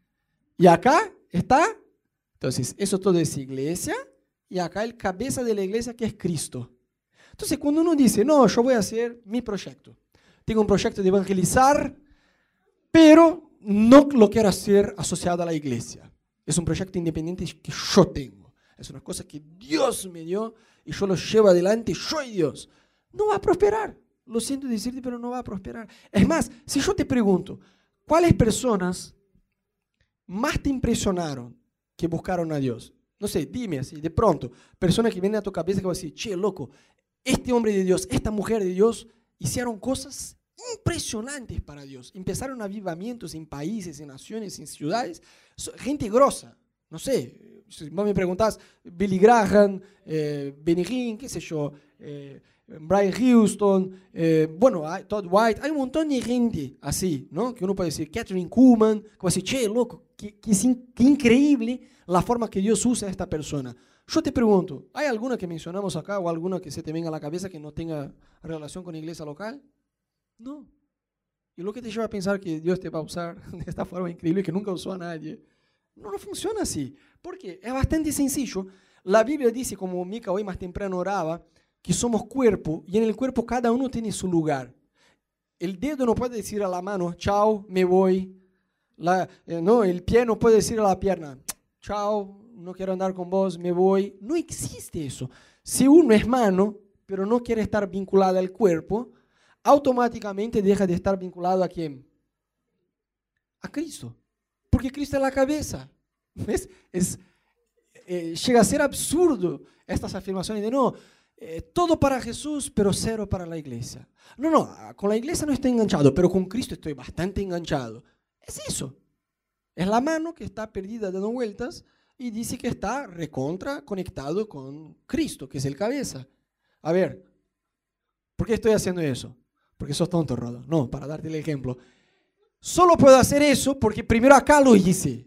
Y acá está, entonces, eso todo es iglesia, y acá el cabeza de la iglesia que es Cristo. Entonces, cuando uno dice, no, yo voy a hacer mi proyecto. Tengo un proyecto de evangelizar, pero no lo quiero hacer asociado a la iglesia. Es un proyecto independiente que yo tengo. Es una cosa que Dios me dio y yo lo llevo adelante, yo y Dios. No va a prosperar. Lo siento decirte, pero no va a prosperar. Es más, si yo te pregunto, ¿cuáles personas más te impresionaron que buscaron a Dios? No sé, dime así, de pronto, personas que vienen a tu cabeza que van a decir, che, loco, este hombre de Dios, esta mujer de Dios, hicieron cosas impresionantes para Dios. Empezaron avivamientos en países, en naciones, en ciudades. Gente grosa, no sé, si vos me preguntás, Billy Graham, eh, Benny Hinn, qué sé yo, eh, Brian Houston, eh, bueno, Todd White, hay un montón de gente así, ¿no? Que uno puede decir, Catherine Kuhlman, que va a decir, che, loco, qué, qué, qué increíble la forma que Dios usa a esta persona. Yo te pregunto, ¿hay alguna que mencionamos acá o alguna que se te venga a la cabeza que no tenga relación con la iglesia local? No. ¿Y lo que te lleva a pensar que Dios te va a usar de esta forma increíble que nunca usó a nadie? No, no funciona así. ¿Por qué? Es bastante sencillo. La Biblia dice, como Mica hoy más temprano oraba, que somos cuerpo y en el cuerpo cada uno tiene su lugar. El dedo no puede decir a la mano, chao, me voy. La, eh, no, el pie no puede decir a la pierna, chao, no quiero andar con vos, me voy. No existe eso. Si uno es mano, pero no quiere estar vinculado al cuerpo, automáticamente deja de estar vinculado a quién? A Cristo. Porque Cristo es la cabeza. ¿Ves? Es, eh, llega a ser absurdo estas afirmaciones de no, eh, todo para Jesús, pero cero para la iglesia. No, no, con la iglesia no estoy enganchado, pero con Cristo estoy bastante enganchado. Es eso. Es la mano que está perdida dando vueltas y dice que está recontra conectado con Cristo, que es el cabeza. A ver, ¿por qué estoy haciendo eso? Porque sos tonto, Rodo. No, para darte el ejemplo. Solo puedo hacer eso porque primero acá lo hice.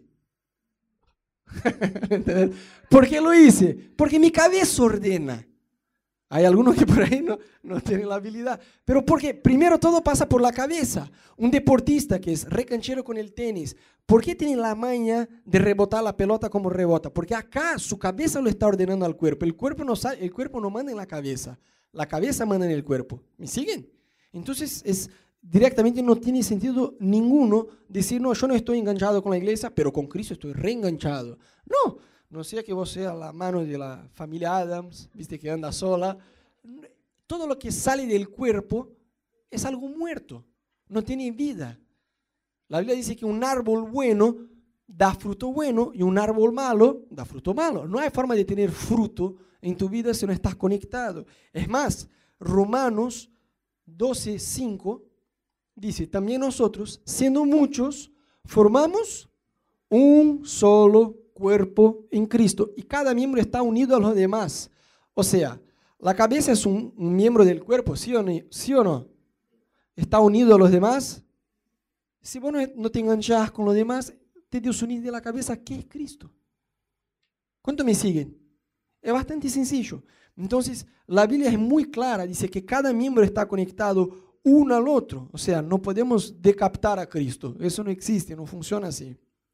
¿Por qué lo hice? Porque mi cabeza ordena. Hay algunos que por ahí no, no tienen la habilidad. Pero porque primero todo pasa por la cabeza. Un deportista que es recanchero con el tenis, ¿por qué tiene la maña de rebotar la pelota como rebota? Porque acá su cabeza lo está ordenando al cuerpo. El cuerpo no, sabe, el cuerpo no manda en la cabeza. La cabeza manda en el cuerpo. ¿Me siguen? Entonces es, directamente no tiene sentido ninguno decir, no, yo no estoy enganchado con la iglesia, pero con Cristo estoy reenganchado. No. No sea que vos seas la mano de la familia Adams, viste que anda sola. Todo lo que sale del cuerpo es algo muerto, no tiene vida. La Biblia dice que un árbol bueno da fruto bueno y un árbol malo da fruto malo. No hay forma de tener fruto en tu vida si no estás conectado. Es más, Romanos doce, cinco dice, también nosotros, siendo muchos, formamos un solo cuerpo en Cristo y cada miembro está unido a los demás. O sea, la cabeza es un, un miembro del cuerpo, ¿sí o, no? ¿Sí o no? ¿Está unido a los demás? Si vos no, no te enganchás con los demás, te desunís de la cabeza, ¿qué es Cristo? ¿Cuánto me siguen? Es bastante sencillo. Entonces, la Biblia es muy clara, dice que cada miembro está conectado uno al otro. O sea, no podemos decaptar a Cristo. Eso no existe, no funciona así.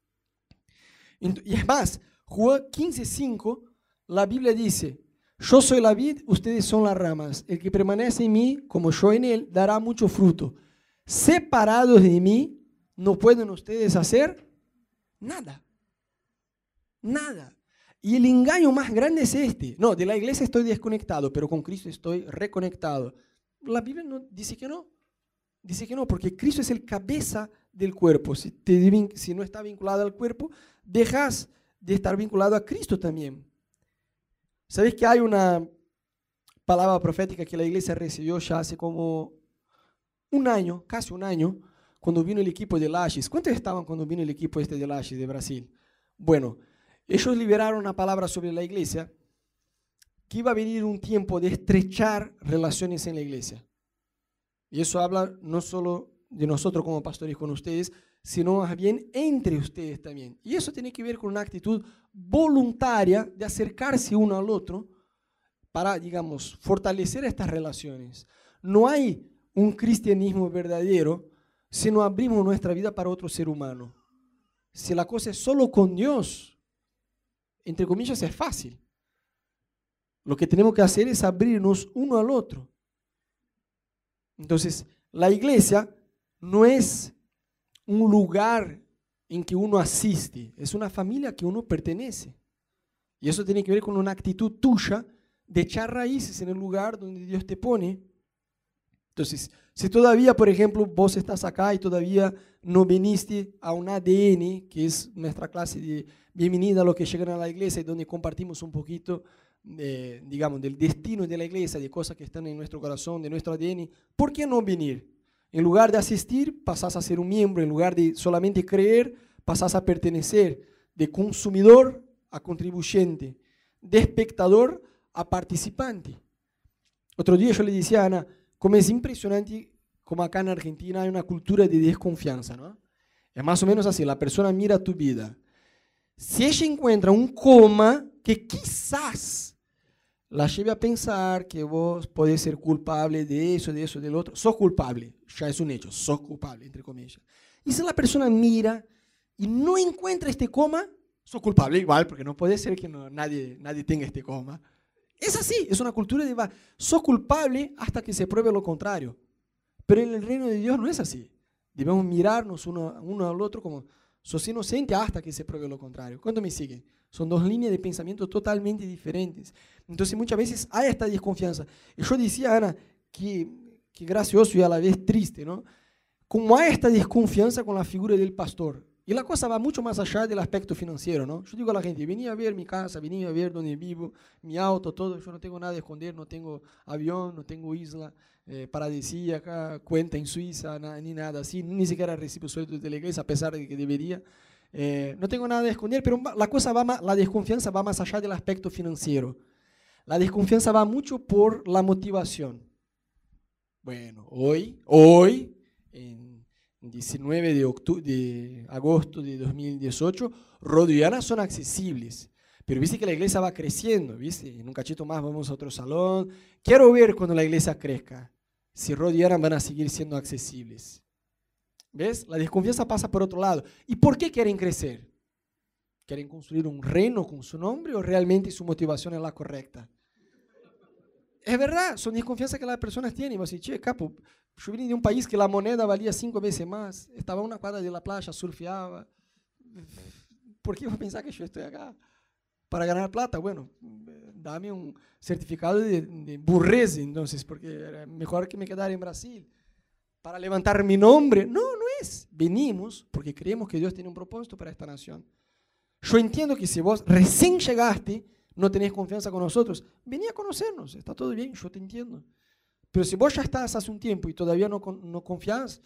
Y es más, Juan quince, cinco, la Biblia dice, yo soy la vid, ustedes son las ramas. El que permanece en mí, como yo en él, dará mucho fruto. Separados de mí, no pueden ustedes hacer nada. Nada. Y el engaño más grande es este. No, de la iglesia estoy desconectado, pero con Cristo estoy reconectado. La Biblia no, dice que no. Dice que no, porque Cristo es el cabeza del cuerpo. Si, te, si no está vinculado al cuerpo, dejas de estar vinculado a Cristo también. ¿Sabéis que hay una palabra profética que la iglesia recibió ya hace como un año, casi un año, cuando vino el equipo de Lages? ¿Cuántos estaban cuando vino el equipo este de Lages de Brasil? Bueno, ellos liberaron una palabra sobre la iglesia, que iba a venir un tiempo de estrechar relaciones en la iglesia. Y eso habla no solo de nosotros como pastores con ustedes, sino más bien entre ustedes también. Y eso tiene que ver con una actitud voluntaria de acercarse uno al otro para, digamos, fortalecer estas relaciones. No hay un cristianismo verdadero si no abrimos nuestra vida para otro ser humano. Si la cosa es solo con Dios, entre comillas, es fácil. Lo que tenemos que hacer es abrirnos uno al otro. Entonces, la iglesia no es un lugar en que uno asiste, es una familia que uno pertenece. Y eso tiene que ver con una actitud tuya de echar raíces en el lugar donde Dios te pone. Entonces, si todavía, por ejemplo, vos estás acá y todavía no viniste a un A D N, que es nuestra clase de bienvenida a los que llegan a la iglesia y donde compartimos un poquito de, digamos, del destino de la iglesia, de cosas que están en nuestro corazón, de nuestro A D N, ¿por qué no venir? En lugar de asistir, pasás a ser un miembro. En lugar de solamente creer, pasás a pertenecer. De consumidor a contribuyente. De espectador a participante. Otro día yo le decía a Ana, como es impresionante como acá en Argentina hay una cultura de desconfianza, ¿no? Es más o menos así, la persona mira tu vida. Si ella encuentra un coma que quizás la lleve a pensar que vos podés ser culpable de eso, de eso, del otro, sos culpable, ya es un hecho, sos culpable, entre comillas. Y si la persona mira y no encuentra este coma, sos culpable igual, porque no puede ser que no, nadie, nadie tenga este coma. Es así, es una cultura de, sos culpable hasta que se pruebe lo contrario. Pero en el reino de Dios no es así. Debemos mirarnos uno, uno al otro como, Sos inocente hasta que se pruebe lo contrario. ¿Cuánto me siguen? Son dos líneas de pensamiento totalmente diferentes. Entonces muchas veces hay esta desconfianza. Y yo decía, Ana, que, que gracioso y a la vez triste, ¿no? Como hay esta desconfianza con la figura del pastor. Y la cosa va mucho más allá del aspecto financiero, ¿no? Yo digo a la gente, venía a ver mi casa, venía a ver donde vivo, mi auto, todo. Yo no tengo nada de esconder, no tengo avión, no tengo isla eh, paradisíaca, cuenta en Suiza, na, ni nada así. Ni siquiera recibo sueldo de la iglesia, a pesar de que debería. Eh, no tengo nada de esconder, pero la cosa va más, la desconfianza va más allá del aspecto financiero. La desconfianza va mucho por la motivación. Bueno, hoy, hoy, en diecinueve de, octubre, de agosto de dos mil dieciocho, Rodo y Ana son accesibles. Pero viste que la iglesia va creciendo, ¿viste? En un cachito más vamos a otro salón. Quiero ver cuando la iglesia crezca, si Rodo y Ana van a seguir siendo accesibles. ¿Ves? La desconfianza pasa por otro lado. ¿Y por qué quieren crecer? ¿Quieren construir un reino con su nombre o realmente su motivación es la correcta? Es verdad, son desconfianzas que las personas tienen. Vos decís, che, capo, yo vine de un país que la moneda valía cinco veces más, estaba a una cuadra de la playa, surfeaba. ¿Por qué vas a pensar que yo estoy acá? Para ganar plata, bueno, dame un certificado de, de burrese, entonces, porque era mejor que me quedara en Brasil. Para levantar mi nombre. No, no es. Venimos porque creemos que Dios tiene un propósito para esta nación. Yo entiendo que si vos recién llegaste, no tenés confianza con nosotros, vení a conocernos, está todo bien, yo te entiendo. Pero si vos ya estás hace un tiempo y todavía no, no confías,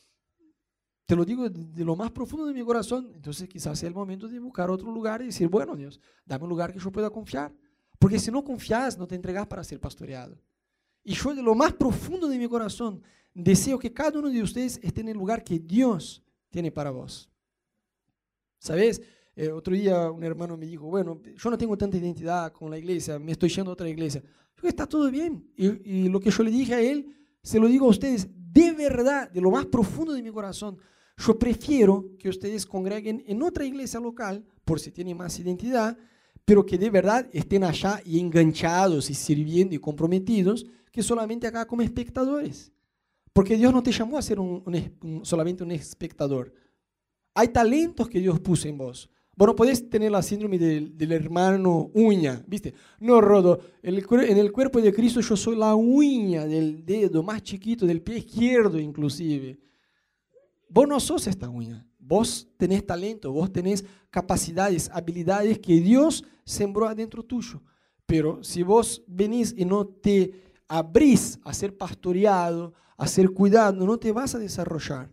te lo digo de, de lo más profundo de mi corazón, entonces quizás sea el momento de buscar otro lugar y decir, bueno, Dios, dame un lugar que yo pueda confiar. Porque si no confías, no te entregas para ser pastoreado. Y yo de lo más profundo de mi corazón deseo que cada uno de ustedes esté en el lugar que Dios tiene para vos. ¿Sabes? Eh, otro día un hermano me dijo, bueno, yo no tengo tanta identidad con la iglesia, me estoy yendo a otra iglesia. Yo, está todo bien. Y, y lo que yo le dije a él, se lo digo a ustedes, de verdad, de lo más profundo de mi corazón, yo prefiero que ustedes congreguen en otra iglesia local, por si tienen más identidad, pero que de verdad estén allá y enganchados y sirviendo y comprometidos, que solamente acá como espectadores. Porque Dios no te llamó a ser un, un, un, solamente un espectador. Hay talentos que Dios puso en vos. Vos no podés tener la síndrome del, del hermano uña, ¿viste? No, Rodo, en el, en el cuerpo de Cristo yo soy la uña del dedo más chiquito, del pie izquierdo inclusive. Vos no sos esta uña. Vos tenés talento, vos tenés capacidades, habilidades que Dios sembró adentro tuyo. Pero si vos venís y no te abrís a ser pastoreado, a ser cuidado, no te vas a desarrollar.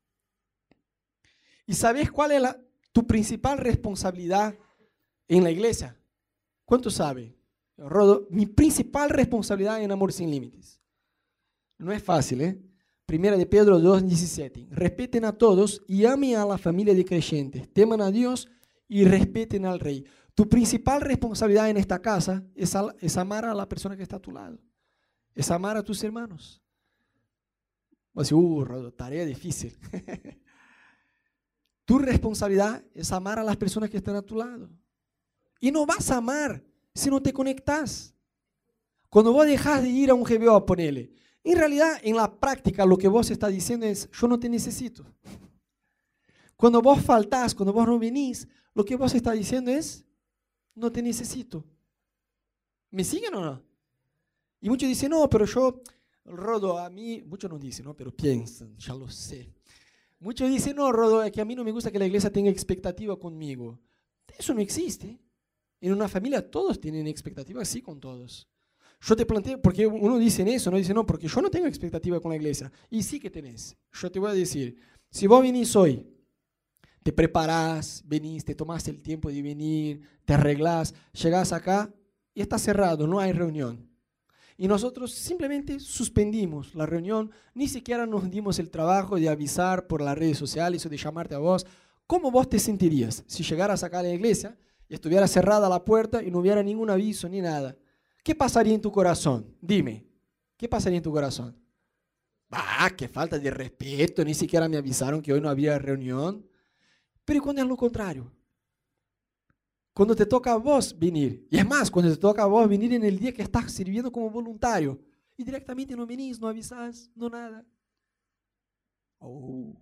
¿Y sabes cuál es la, tu principal responsabilidad en la iglesia? ¿Cuánto sabe? Rodo, mi principal responsabilidad en Amor Sin Límites. No es fácil, ¿eh? Primera de Pedro dos, diecisiete. Respeten a todos y amen a la familia de creyentes. Teman a Dios y respeten al Rey. Tu principal responsabilidad en esta casa es, a, es amar a la persona que está a tu lado. Es amar a tus hermanos. Vas a decir, uh, Rodo, tarea difícil. Tu responsabilidad es amar a las personas que están a tu lado. Y no vas a amar si no te conectas. Cuando vos dejas de ir a un G B O, ponele. En realidad, en la práctica, lo que vos estás diciendo es, yo no te necesito. Cuando vos faltás, cuando vos no venís, lo que vos estás diciendo es, no te necesito. ¿Me siguen o no? Y muchos dicen, no, pero yo, Rodo, a mí, muchos no dicen, ¿no? Pero piensan, ya lo sé. Muchos dicen, no, Rodo, es que a mí no me gusta que la iglesia tenga expectativa conmigo. Eso no existe. En una familia todos tienen expectativa, sí, con todos. Yo te planteo, porque uno dice eso, no dice, no, porque yo no tengo expectativa con la iglesia. Y sí que tenés. Yo te voy a decir, si vos venís hoy, te preparás, venís, te tomás el tiempo de venir, te arreglás, llegás acá y está cerrado, no hay reunión. Y nosotros simplemente suspendimos la reunión, ni siquiera nos dimos el trabajo de avisar por las redes sociales o de llamarte a vos. ¿Cómo vos te sentirías si llegaras acá a la iglesia y estuviera cerrada la puerta y no hubiera ningún aviso ni nada? ¿Qué pasaría en tu corazón? Dime, ¿qué pasaría en tu corazón? Ah, qué falta de respeto, ni siquiera me avisaron que hoy no había reunión. Pero ¿y cuando es lo contrario? Cuando te toca a vos venir, y es más, cuando te toca a vos venir en el día que estás sirviendo como voluntario, y directamente no venís, no avisás, no nada. Oh,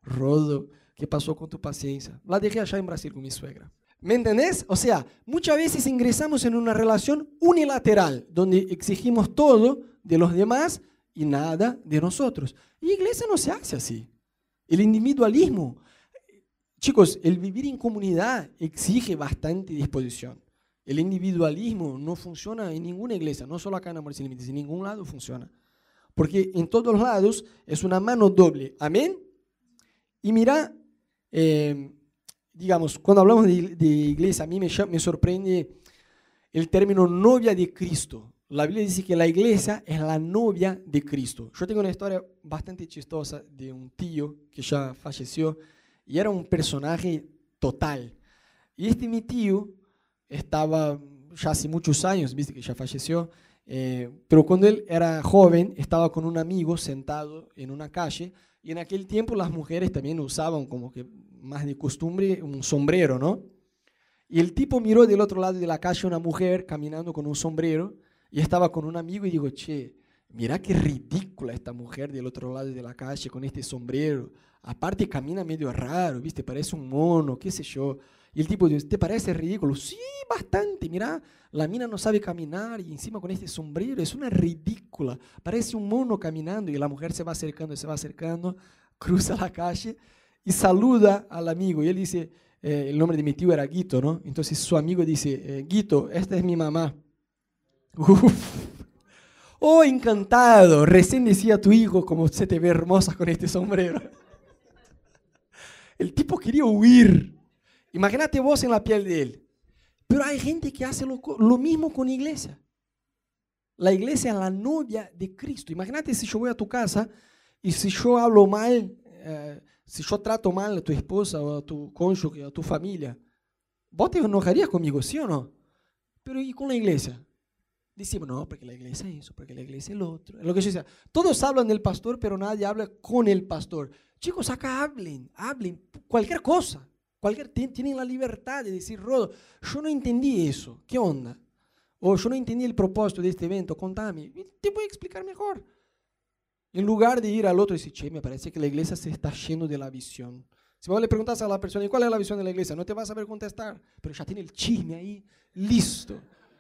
Rodo, ¿qué pasó con tu paciencia? La dejé allá en Brasil con mi suegra. ¿Me entendés? O sea, muchas veces ingresamos en una relación unilateral, donde exigimos todo de los demás y nada de nosotros. Y iglesia no se hace así. El individualismo, chicos, el vivir en comunidad exige bastante disposición. El individualismo no funciona en ninguna iglesia, no solo acá en Amor Sin Límites, en ningún lado funciona. Porque en todos lados es una mano doble. Amén. Y mira, eh, digamos, cuando hablamos de, de iglesia, a mí me, me sorprende el término novia de Cristo. La Biblia dice que la iglesia es la novia de Cristo. Yo tengo una historia bastante chistosa de un tío que ya falleció y era un personaje total. Y este mi tío estaba ya hace muchos años, viste que ya falleció, eh, pero cuando él era joven estaba con un amigo sentado en una calle y en aquel tiempo las mujeres también usaban como que más de costumbre un sombrero, ¿no? Y el tipo miró del otro lado de la calle una mujer caminando con un sombrero y estaba con un amigo y dijo, che, mira qué ridícula esta mujer del otro lado de la calle con este sombrero. Aparte camina medio raro, ¿viste? Parece un mono, qué sé yo. Y el tipo dice, ¿te parece ridículo? Sí, bastante. Mira, la mina no sabe caminar y encima con este sombrero es una ridícula. Parece un mono caminando y la mujer se va acercando, se va acercando, cruza la calle y saluda al amigo. Y él dice, eh, el nombre de mi tío era Guito, ¿no? Entonces su amigo dice, eh, Guito, esta es mi mamá. Uf. Oh, encantado. Recién decía a tu hijo como se te ve hermosa con este sombrero. El tipo quería huir. Imagínate vos en la piel de él. Pero hay gente que hace lo, lo mismo con la iglesia. La iglesia es la novia de Cristo. Imagínate si yo voy a tu casa y si yo hablo mal, eh, si yo trato mal a tu esposa o a tu cónyuge, a tu familia. Vos te enojarías conmigo, ¿sí o no? Pero ¿y con la iglesia? Decimos, no, porque la iglesia es eso, porque la iglesia es lo otro. Lo que yo decía, todos hablan del pastor, pero nadie habla con el pastor. Chicos, acá hablen, hablen, cualquier cosa. Cualquier, tienen la libertad de decir, Rodo, yo no entendí eso, ¿qué onda? O yo no entendí el propósito de este evento, contame, te voy a explicar mejor. En lugar de ir al otro y decir, che, me parece que la iglesia se está yendo de la visión. Si vos le preguntas a la persona, ¿y cuál es la visión de la iglesia? No te vas a saber contestar, pero ya tiene el chisme ahí, listo.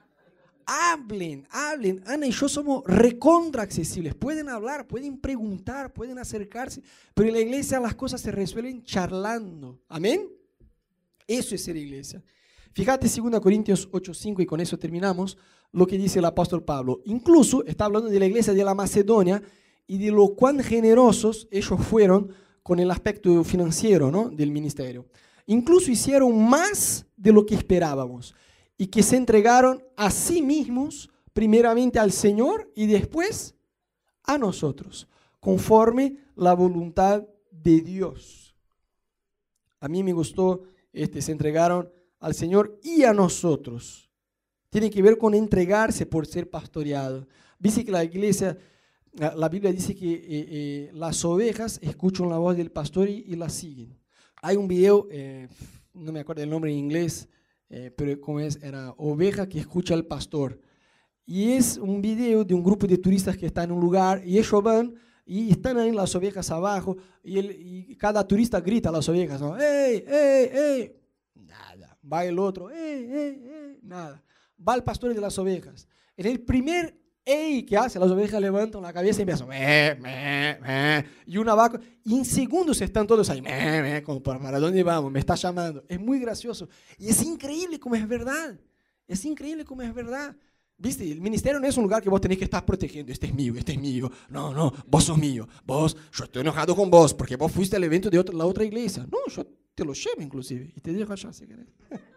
Hablen, hablen. Ana y yo somos recontra accesibles. Pueden hablar, pueden preguntar, pueden acercarse, pero en la iglesia las cosas se resuelven charlando. ¿Amén? Eso es ser iglesia. Fíjate segunda Corintios ocho cinco y con eso terminamos lo que dice el apóstol Pablo. Incluso está hablando de la iglesia de la Macedonia y de lo cuán generosos ellos fueron con el aspecto financiero, ¿no?, del ministerio. Incluso hicieron más de lo que esperábamos y que se entregaron a sí mismos, primeramente al Señor y después a nosotros, conforme la voluntad de Dios. A mí me gustó, este, se entregaron al Señor y a nosotros. Tiene que ver con entregarse por ser pastoreado. Dice que la iglesia, la Biblia dice que eh, eh, las ovejas escuchan la voz del pastor y, y la siguen. Hay un video, eh, no me acuerdo el nombre en inglés, eh, pero como es, era Oveja que escucha al pastor. Y es un video de un grupo de turistas que está en un lugar y ellos van y están ahí las ovejas abajo y, el, y cada turista grita a las ovejas, ¿no? ¡Ey, ey, ey! Nada. Va el otro, ¡ey, ey, ey! Nada. Va el pastor de las ovejas. En el primer ¡ey! Que hace, las ovejas levantan la cabeza y empiezan, ¡meh, meh, meh! Y una vaca, y en segundos están todos ahí, ¡meh, meh! Como, ¿para dónde vamos? Me está llamando. Es muy gracioso. Y es increíble como es verdad. Es increíble como es verdad. ¿Viste? El ministerio no es un lugar que vos tenés que estar protegiendo. Este es mío, este es mío. No, no, vos sos mío. Vos, yo estoy enojado con vos porque vos fuiste al evento de otra, la otra iglesia. No, yo te lo llevo inclusive y te dejo allá si querés.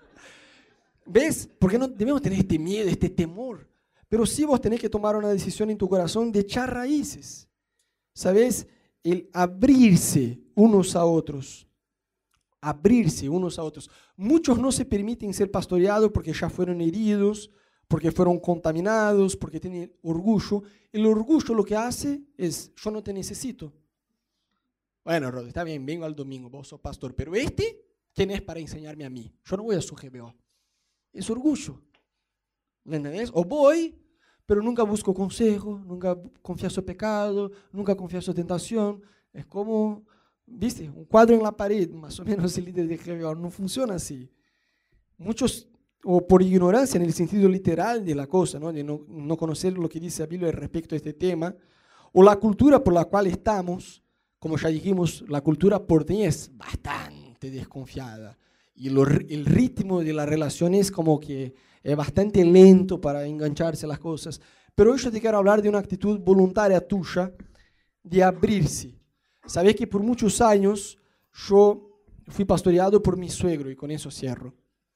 ¿Ves? Porque no debemos tener este miedo, este temor. Pero sí vos tenés que tomar una decisión en tu corazón de echar raíces. ¿Sabes? El abrirse unos a otros. Abrirse unos a otros. Muchos no se permiten ser pastoreados porque ya fueron heridos, porque fueron contaminados, porque tienen orgullo. El orgullo lo que hace es, yo no te necesito. Bueno, Rod, está bien, vengo al domingo, vos sos pastor, pero este, ¿quién es para enseñarme a mí? Yo no voy a su G B O. Es orgullo. ¿Me entendés? O voy, pero nunca busco consejo, nunca confieso pecado, nunca confieso tentación. Es como ¿viste? Un cuadro en la pared, más o menos el líder de G B O. No funciona así. Muchos, o por ignorancia en el sentido literal de la cosa, ¿no? De no, no conocer lo que dice la Biblia respecto a este tema, o la cultura por la cual estamos, como ya dijimos, la cultura porteña es bastante desconfiada. Y lo, el ritmo de la relación es como que es bastante lento para engancharse a las cosas. Pero hoy yo te quiero hablar de una actitud voluntaria tuya de abrirse. Sabes que por muchos años yo fui pastoreado por mi suegro, y con eso cierro.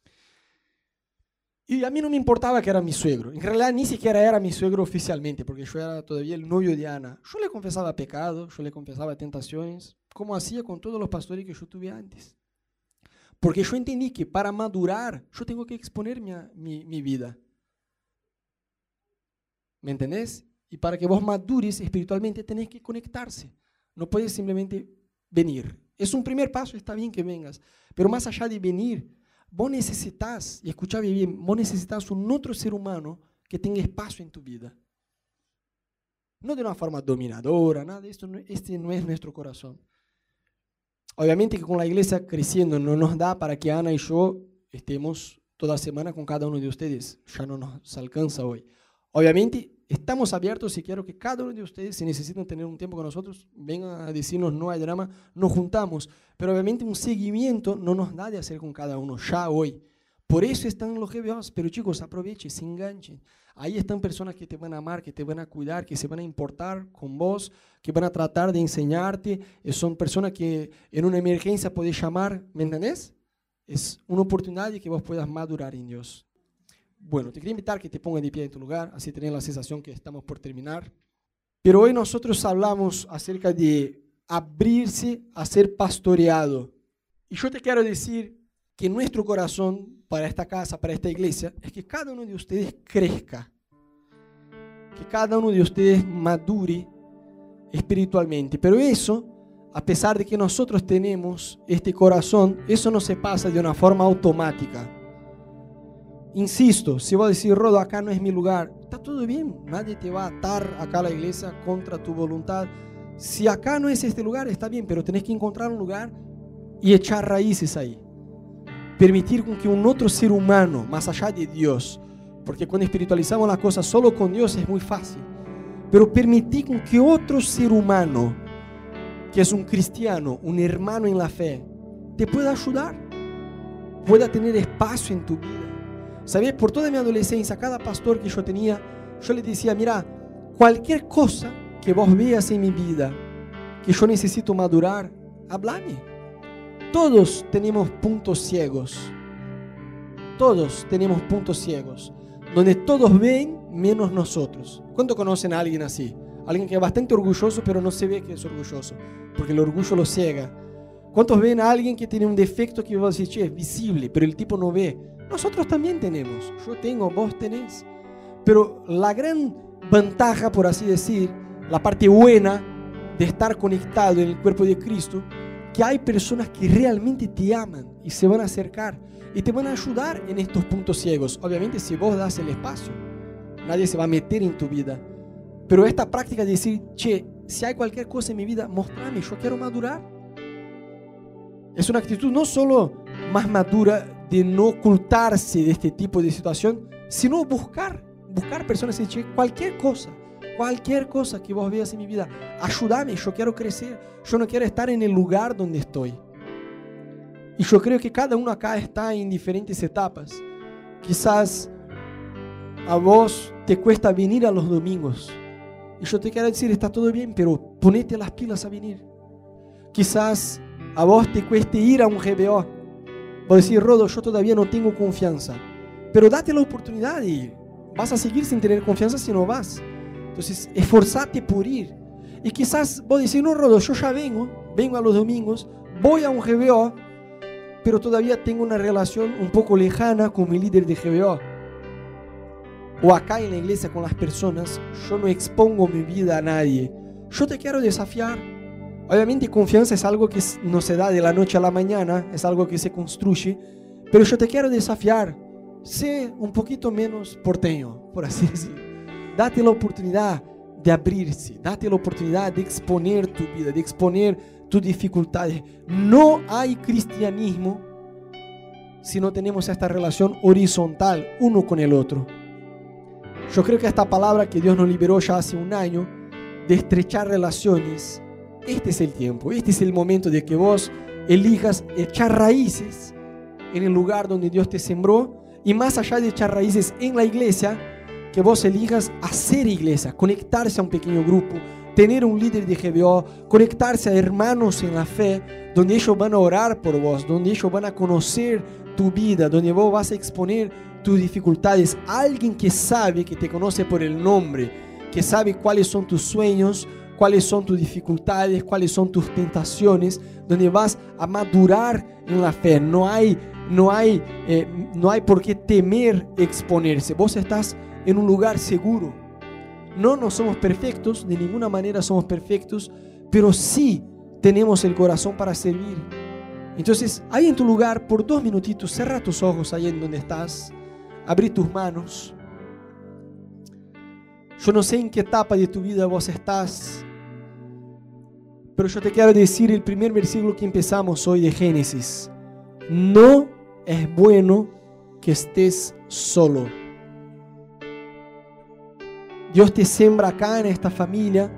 Y a mí no me importaba que era mi suegro. En realidad ni siquiera era mi suegro oficialmente, porque yo era todavía el novio de Ana. Yo le confesaba pecados, yo le confesaba tentaciones, como hacía con todos los pastores que yo tuve antes. Porque yo entendí que para madurar yo tengo que exponer mi, mi, mi vida. ¿Me entendés? Y para que vos madures espiritualmente tenés que conectarse. No puedes simplemente venir. Es un primer paso, está bien que vengas. Pero más allá de venir, vos necesitas, y escuchame bien, vos necesitas un otro ser humano que tenga espacio en tu vida. No de una forma dominadora, nada de esto. Este no es nuestro corazón. Obviamente que con la iglesia creciendo no nos da para que Ana y yo estemos toda semana con cada uno de ustedes. Ya no nos alcanza hoy. Obviamente estamos abiertos y quiero que cada uno de ustedes, si necesitan tener un tiempo con nosotros, vengan a decirnos no hay drama, nos juntamos. Pero obviamente un seguimiento no nos da de hacer con cada uno ya hoy. Por eso están los G B Os. Pero chicos, aprovechen, se enganchen. Ahí están personas que te van a amar, que te van a cuidar, que se van a importar con vos, que van a tratar de enseñarte. Son personas que en una emergencia podés llamar, ¿me entendés? Es una oportunidad de que vos puedas madurar en Dios. Bueno, te quería invitar que te pongas de pie en tu lugar, así tenés la sensación que estamos por terminar. Pero hoy nosotros hablamos acerca de abrirse a ser pastoreado. Y yo te quiero decir que nuestro corazón para esta casa, para esta iglesia, es que cada uno de ustedes crezca, que cada uno de ustedes madure espiritualmente. Pero eso, a pesar de que nosotros tenemos este corazón, eso no se pasa de una forma automática. Insisto, si voy a decir, Rodo, acá no es mi lugar, está todo bien, nadie te va a atar acá a la iglesia contra tu voluntad. Si acá no es este lugar, está bien, pero tenés que encontrar un lugar y echar raíces ahí. Permitir que un otro ser humano, más allá de Dios, porque cuando espiritualizamos las cosas solo con Dios es muy fácil, pero permitir que otro ser humano, que es un cristiano, un hermano en la fe, te pueda ayudar, pueda tener espacio en tu vida. ¿Sabes? Por toda mi adolescencia, cada pastor que yo tenía, yo le decía, mira, cualquier cosa que vos veas en mi vida, que yo necesito madurar, háblame. Todos tenemos puntos ciegos. Todos tenemos puntos ciegos. Donde todos ven menos nosotros. ¿Cuánto conocen a alguien así? Alguien que es bastante orgulloso pero no se ve que es orgulloso. Porque el orgullo lo ciega. ¿Cuántos ven a alguien que tiene un defecto que vos decís, che, es visible, pero el tipo no ve? Nosotros también tenemos. Yo tengo, vos tenés. Pero la gran ventaja, por así decir, la parte buena de estar conectado en el cuerpo de Cristo, que hay personas que realmente te aman y se van a acercar y te van a ayudar en estos puntos ciegos. Obviamente si vos das el espacio, nadie se va a meter en tu vida. Pero esta práctica de decir, che, si hay cualquier cosa en mi vida, mostrame, yo quiero madurar. Es una actitud no solo más madura de no ocultarse de este tipo de situación, sino buscar, buscar personas y decir, cualquier cosa. Cualquier cosa que vos veas en mi vida, ayúdame, yo quiero crecer, yo no quiero estar en el lugar donde estoy. Y yo creo que cada uno acá está en diferentes etapas. Quizás a vos te cuesta venir a los domingos. Y yo te quiero decir, está todo bien, pero ponete las pilas a venir. Quizás a vos te cueste ir a un G B O. Vos decís, Rodo, yo todavía no tengo confianza. Pero date la oportunidad de ir. Vas a seguir sin tener confianza si no vas. Entonces, esforzate por ir. Y quizás vos decís, no, Rodo, yo ya vengo, vengo a los domingos, voy a un G B O, pero todavía tengo una relación un poco lejana con mi líder de G B O. O acá en la iglesia con las personas, yo no expongo mi vida a nadie. Yo te quiero desafiar. Obviamente confianza es algo que no se da de la noche a la mañana, es algo que se construye, pero yo te quiero desafiar. Sé un poquito menos porteño, por así decirlo. Date la oportunidad de abrirse, date la oportunidad de exponer tu vida, de exponer tus dificultades. No hay cristianismo si no tenemos esta relación horizontal uno con el otro. Yo creo que esta palabra que Dios nos liberó ya hace un año de estrechar relaciones, este es el tiempo, este es el momento de que vos elijas echar raíces en el lugar donde Dios te sembró, y más allá de echar raíces en la iglesia, que vos elijas hacer iglesia, conectarse a un pequeño grupo, tener un líder de G B O, conectarse a hermanos en la fe, donde ellos van a orar por vos, donde ellos van a conocer tu vida, donde vos vas a exponer tus dificultades. Alguien que sabe, que te conoce por el nombre, que sabe cuáles son tus sueños, cuáles son tus dificultades, cuáles son tus tentaciones, donde vas a madurar en la fe. No hay, no hay, eh, no hay por qué temer exponerse. Vos estás en un lugar seguro. No, no somos perfectos, de ninguna manera somos perfectos, pero sí tenemos el corazón para servir. Entonces, ahí en tu lugar, por dos minutitos, cierra tus ojos ahí en donde estás, abrí tus manos. Yo no sé en qué etapa de tu vida vos estás, pero yo te quiero decir el primer versículo que empezamos hoy de Génesis. No es bueno que estés solo. Dios te siembra acá en esta familia,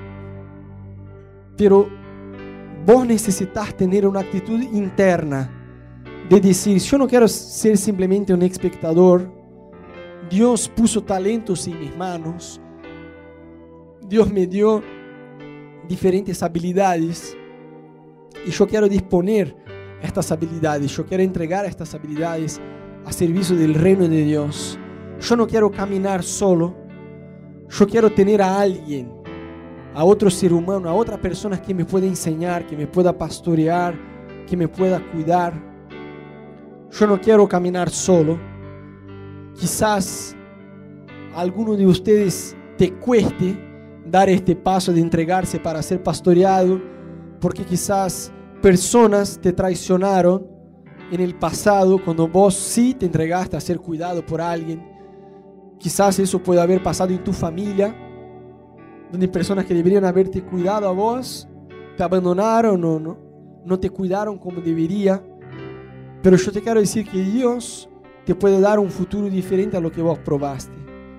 pero vos necesitas tener una actitud interna de decir, yo no quiero ser simplemente un espectador. Dios puso talentos en mis manos. Dios me dio diferentes habilidades y yo quiero disponer estas habilidades. Yo quiero entregar estas habilidades a servicio del reino de Dios. Yo no quiero caminar solo. Yo quiero tener a alguien, a otro ser humano, a otra persona que me pueda enseñar, que me pueda pastorear, que me pueda cuidar. Yo no quiero caminar solo. Quizás a alguno de ustedes te cueste dar este paso de entregarse para ser pastoreado, porque quizás personas te traicionaron en el pasado cuando vos sí te entregaste a ser cuidado por alguien. Quizás eso puede haber pasado en tu familia, donde personas que deberían haberte cuidado a vos te abandonaron o no, no te cuidaron como debería. Pero yo te quiero decir que Dios te puede dar un futuro diferente a lo que vos probaste.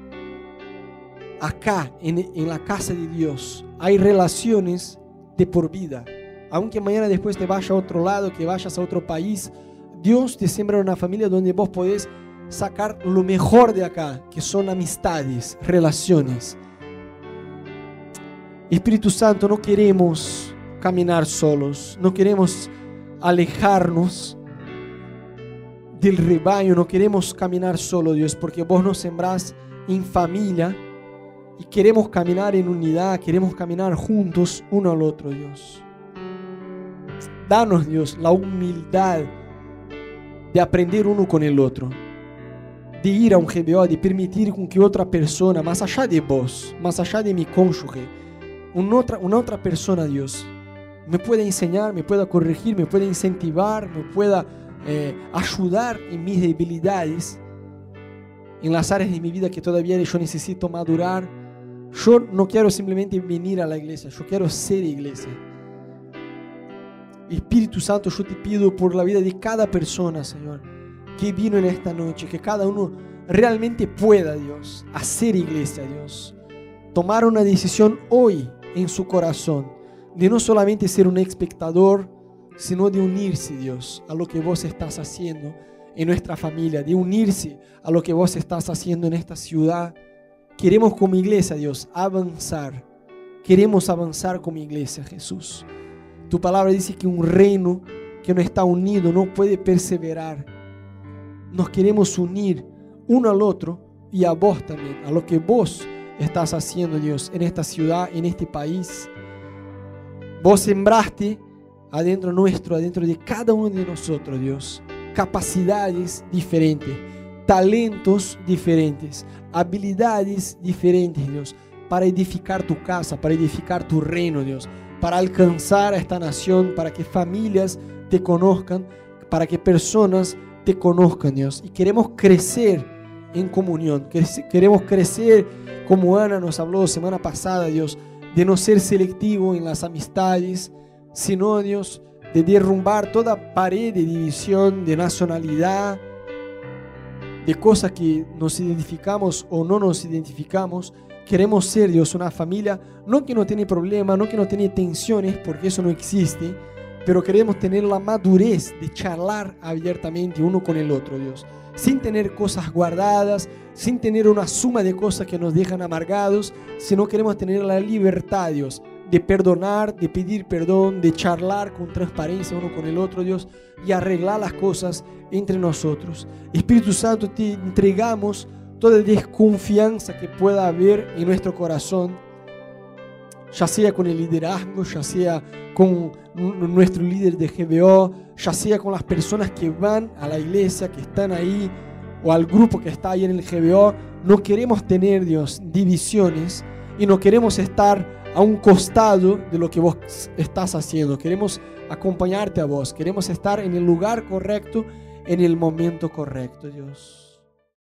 Acá, en, en la casa de Dios, hay relaciones de por vida. Aunque mañana después te vayas a otro lado, que vayas a otro país, Dios te siembra una familia donde vos podés sacar lo mejor de acá, que son amistades, relaciones. Espíritu Santo, no queremos caminar solos, no queremos alejarnos del rebaño, no queremos caminar solo, Dios, porque vos nos sembrás en familia y queremos caminar en unidad, queremos caminar juntos uno al otro, Dios. Danos, Dios, la humildad de aprender uno con el otro, de ir a un G B O, de permitir con que otra persona, más allá de vos, más allá de mi cónyuge, una otra, una otra persona, Dios, me pueda enseñar, me pueda corregir, me pueda incentivar, me pueda eh, ayudar en mis debilidades, en las áreas de mi vida que todavía yo necesito madurar. Yo no quiero simplemente venir a la iglesia, yo quiero ser iglesia. Espíritu Santo, yo te pido por la vida de cada persona, Señor, que vino en esta noche, que cada uno realmente pueda, Dios, hacer iglesia, Dios. Tomar una decisión hoy en su corazón, de no solamente ser un espectador, sino de unirse, Dios, a lo que vos estás haciendo en nuestra familia, de unirse a lo que vos estás haciendo en esta ciudad. Queremos como iglesia, Dios, avanzar. Queremos avanzar como iglesia, Jesús. Tu palabra dice que un reino que no está unido no puede perseverar. Nos queremos unir uno al otro y a vos también, a lo que vos estás haciendo, Dios, en esta ciudad, en este país. Vos sembraste adentro nuestro, adentro de cada uno de nosotros, Dios, capacidades diferentes, talentos diferentes, habilidades diferentes, Dios, para edificar tu casa, para edificar tu reino, Dios, para alcanzar a esta nación, para que familias te conozcan, para que personas te conozcan, Dios. Y queremos crecer en comunión, queremos crecer como Ana nos habló semana pasada, Dios, de no ser selectivo en las amistades, sino, Dios, de derrumbar toda pared de división, de nacionalidad, de cosas que nos identificamos o no nos identificamos. Queremos ser, Dios, una familia, no que no tiene problemas, no que no tiene tensiones, porque eso no existe, pero queremos tener la madurez de charlar abiertamente uno con el otro, Dios, sin tener cosas guardadas, sin tener una suma de cosas que nos dejan amargados, sino queremos tener la libertad, Dios, de perdonar, de pedir perdón, de charlar con transparencia uno con el otro, Dios, y arreglar las cosas entre nosotros. Espíritu Santo, te entregamos toda desconfianza que pueda haber en nuestro corazón, ya sea con el liderazgo, ya sea con nuestro líder de G B O, ya sea con las personas que van a la iglesia, que están ahí, o al grupo que está ahí en el G B O. No queremos tener, Dios, divisiones, y no queremos estar a un costado de lo que vos estás haciendo. Queremos acompañarte a vos, queremos estar en el lugar correcto, en el momento correcto, Dios.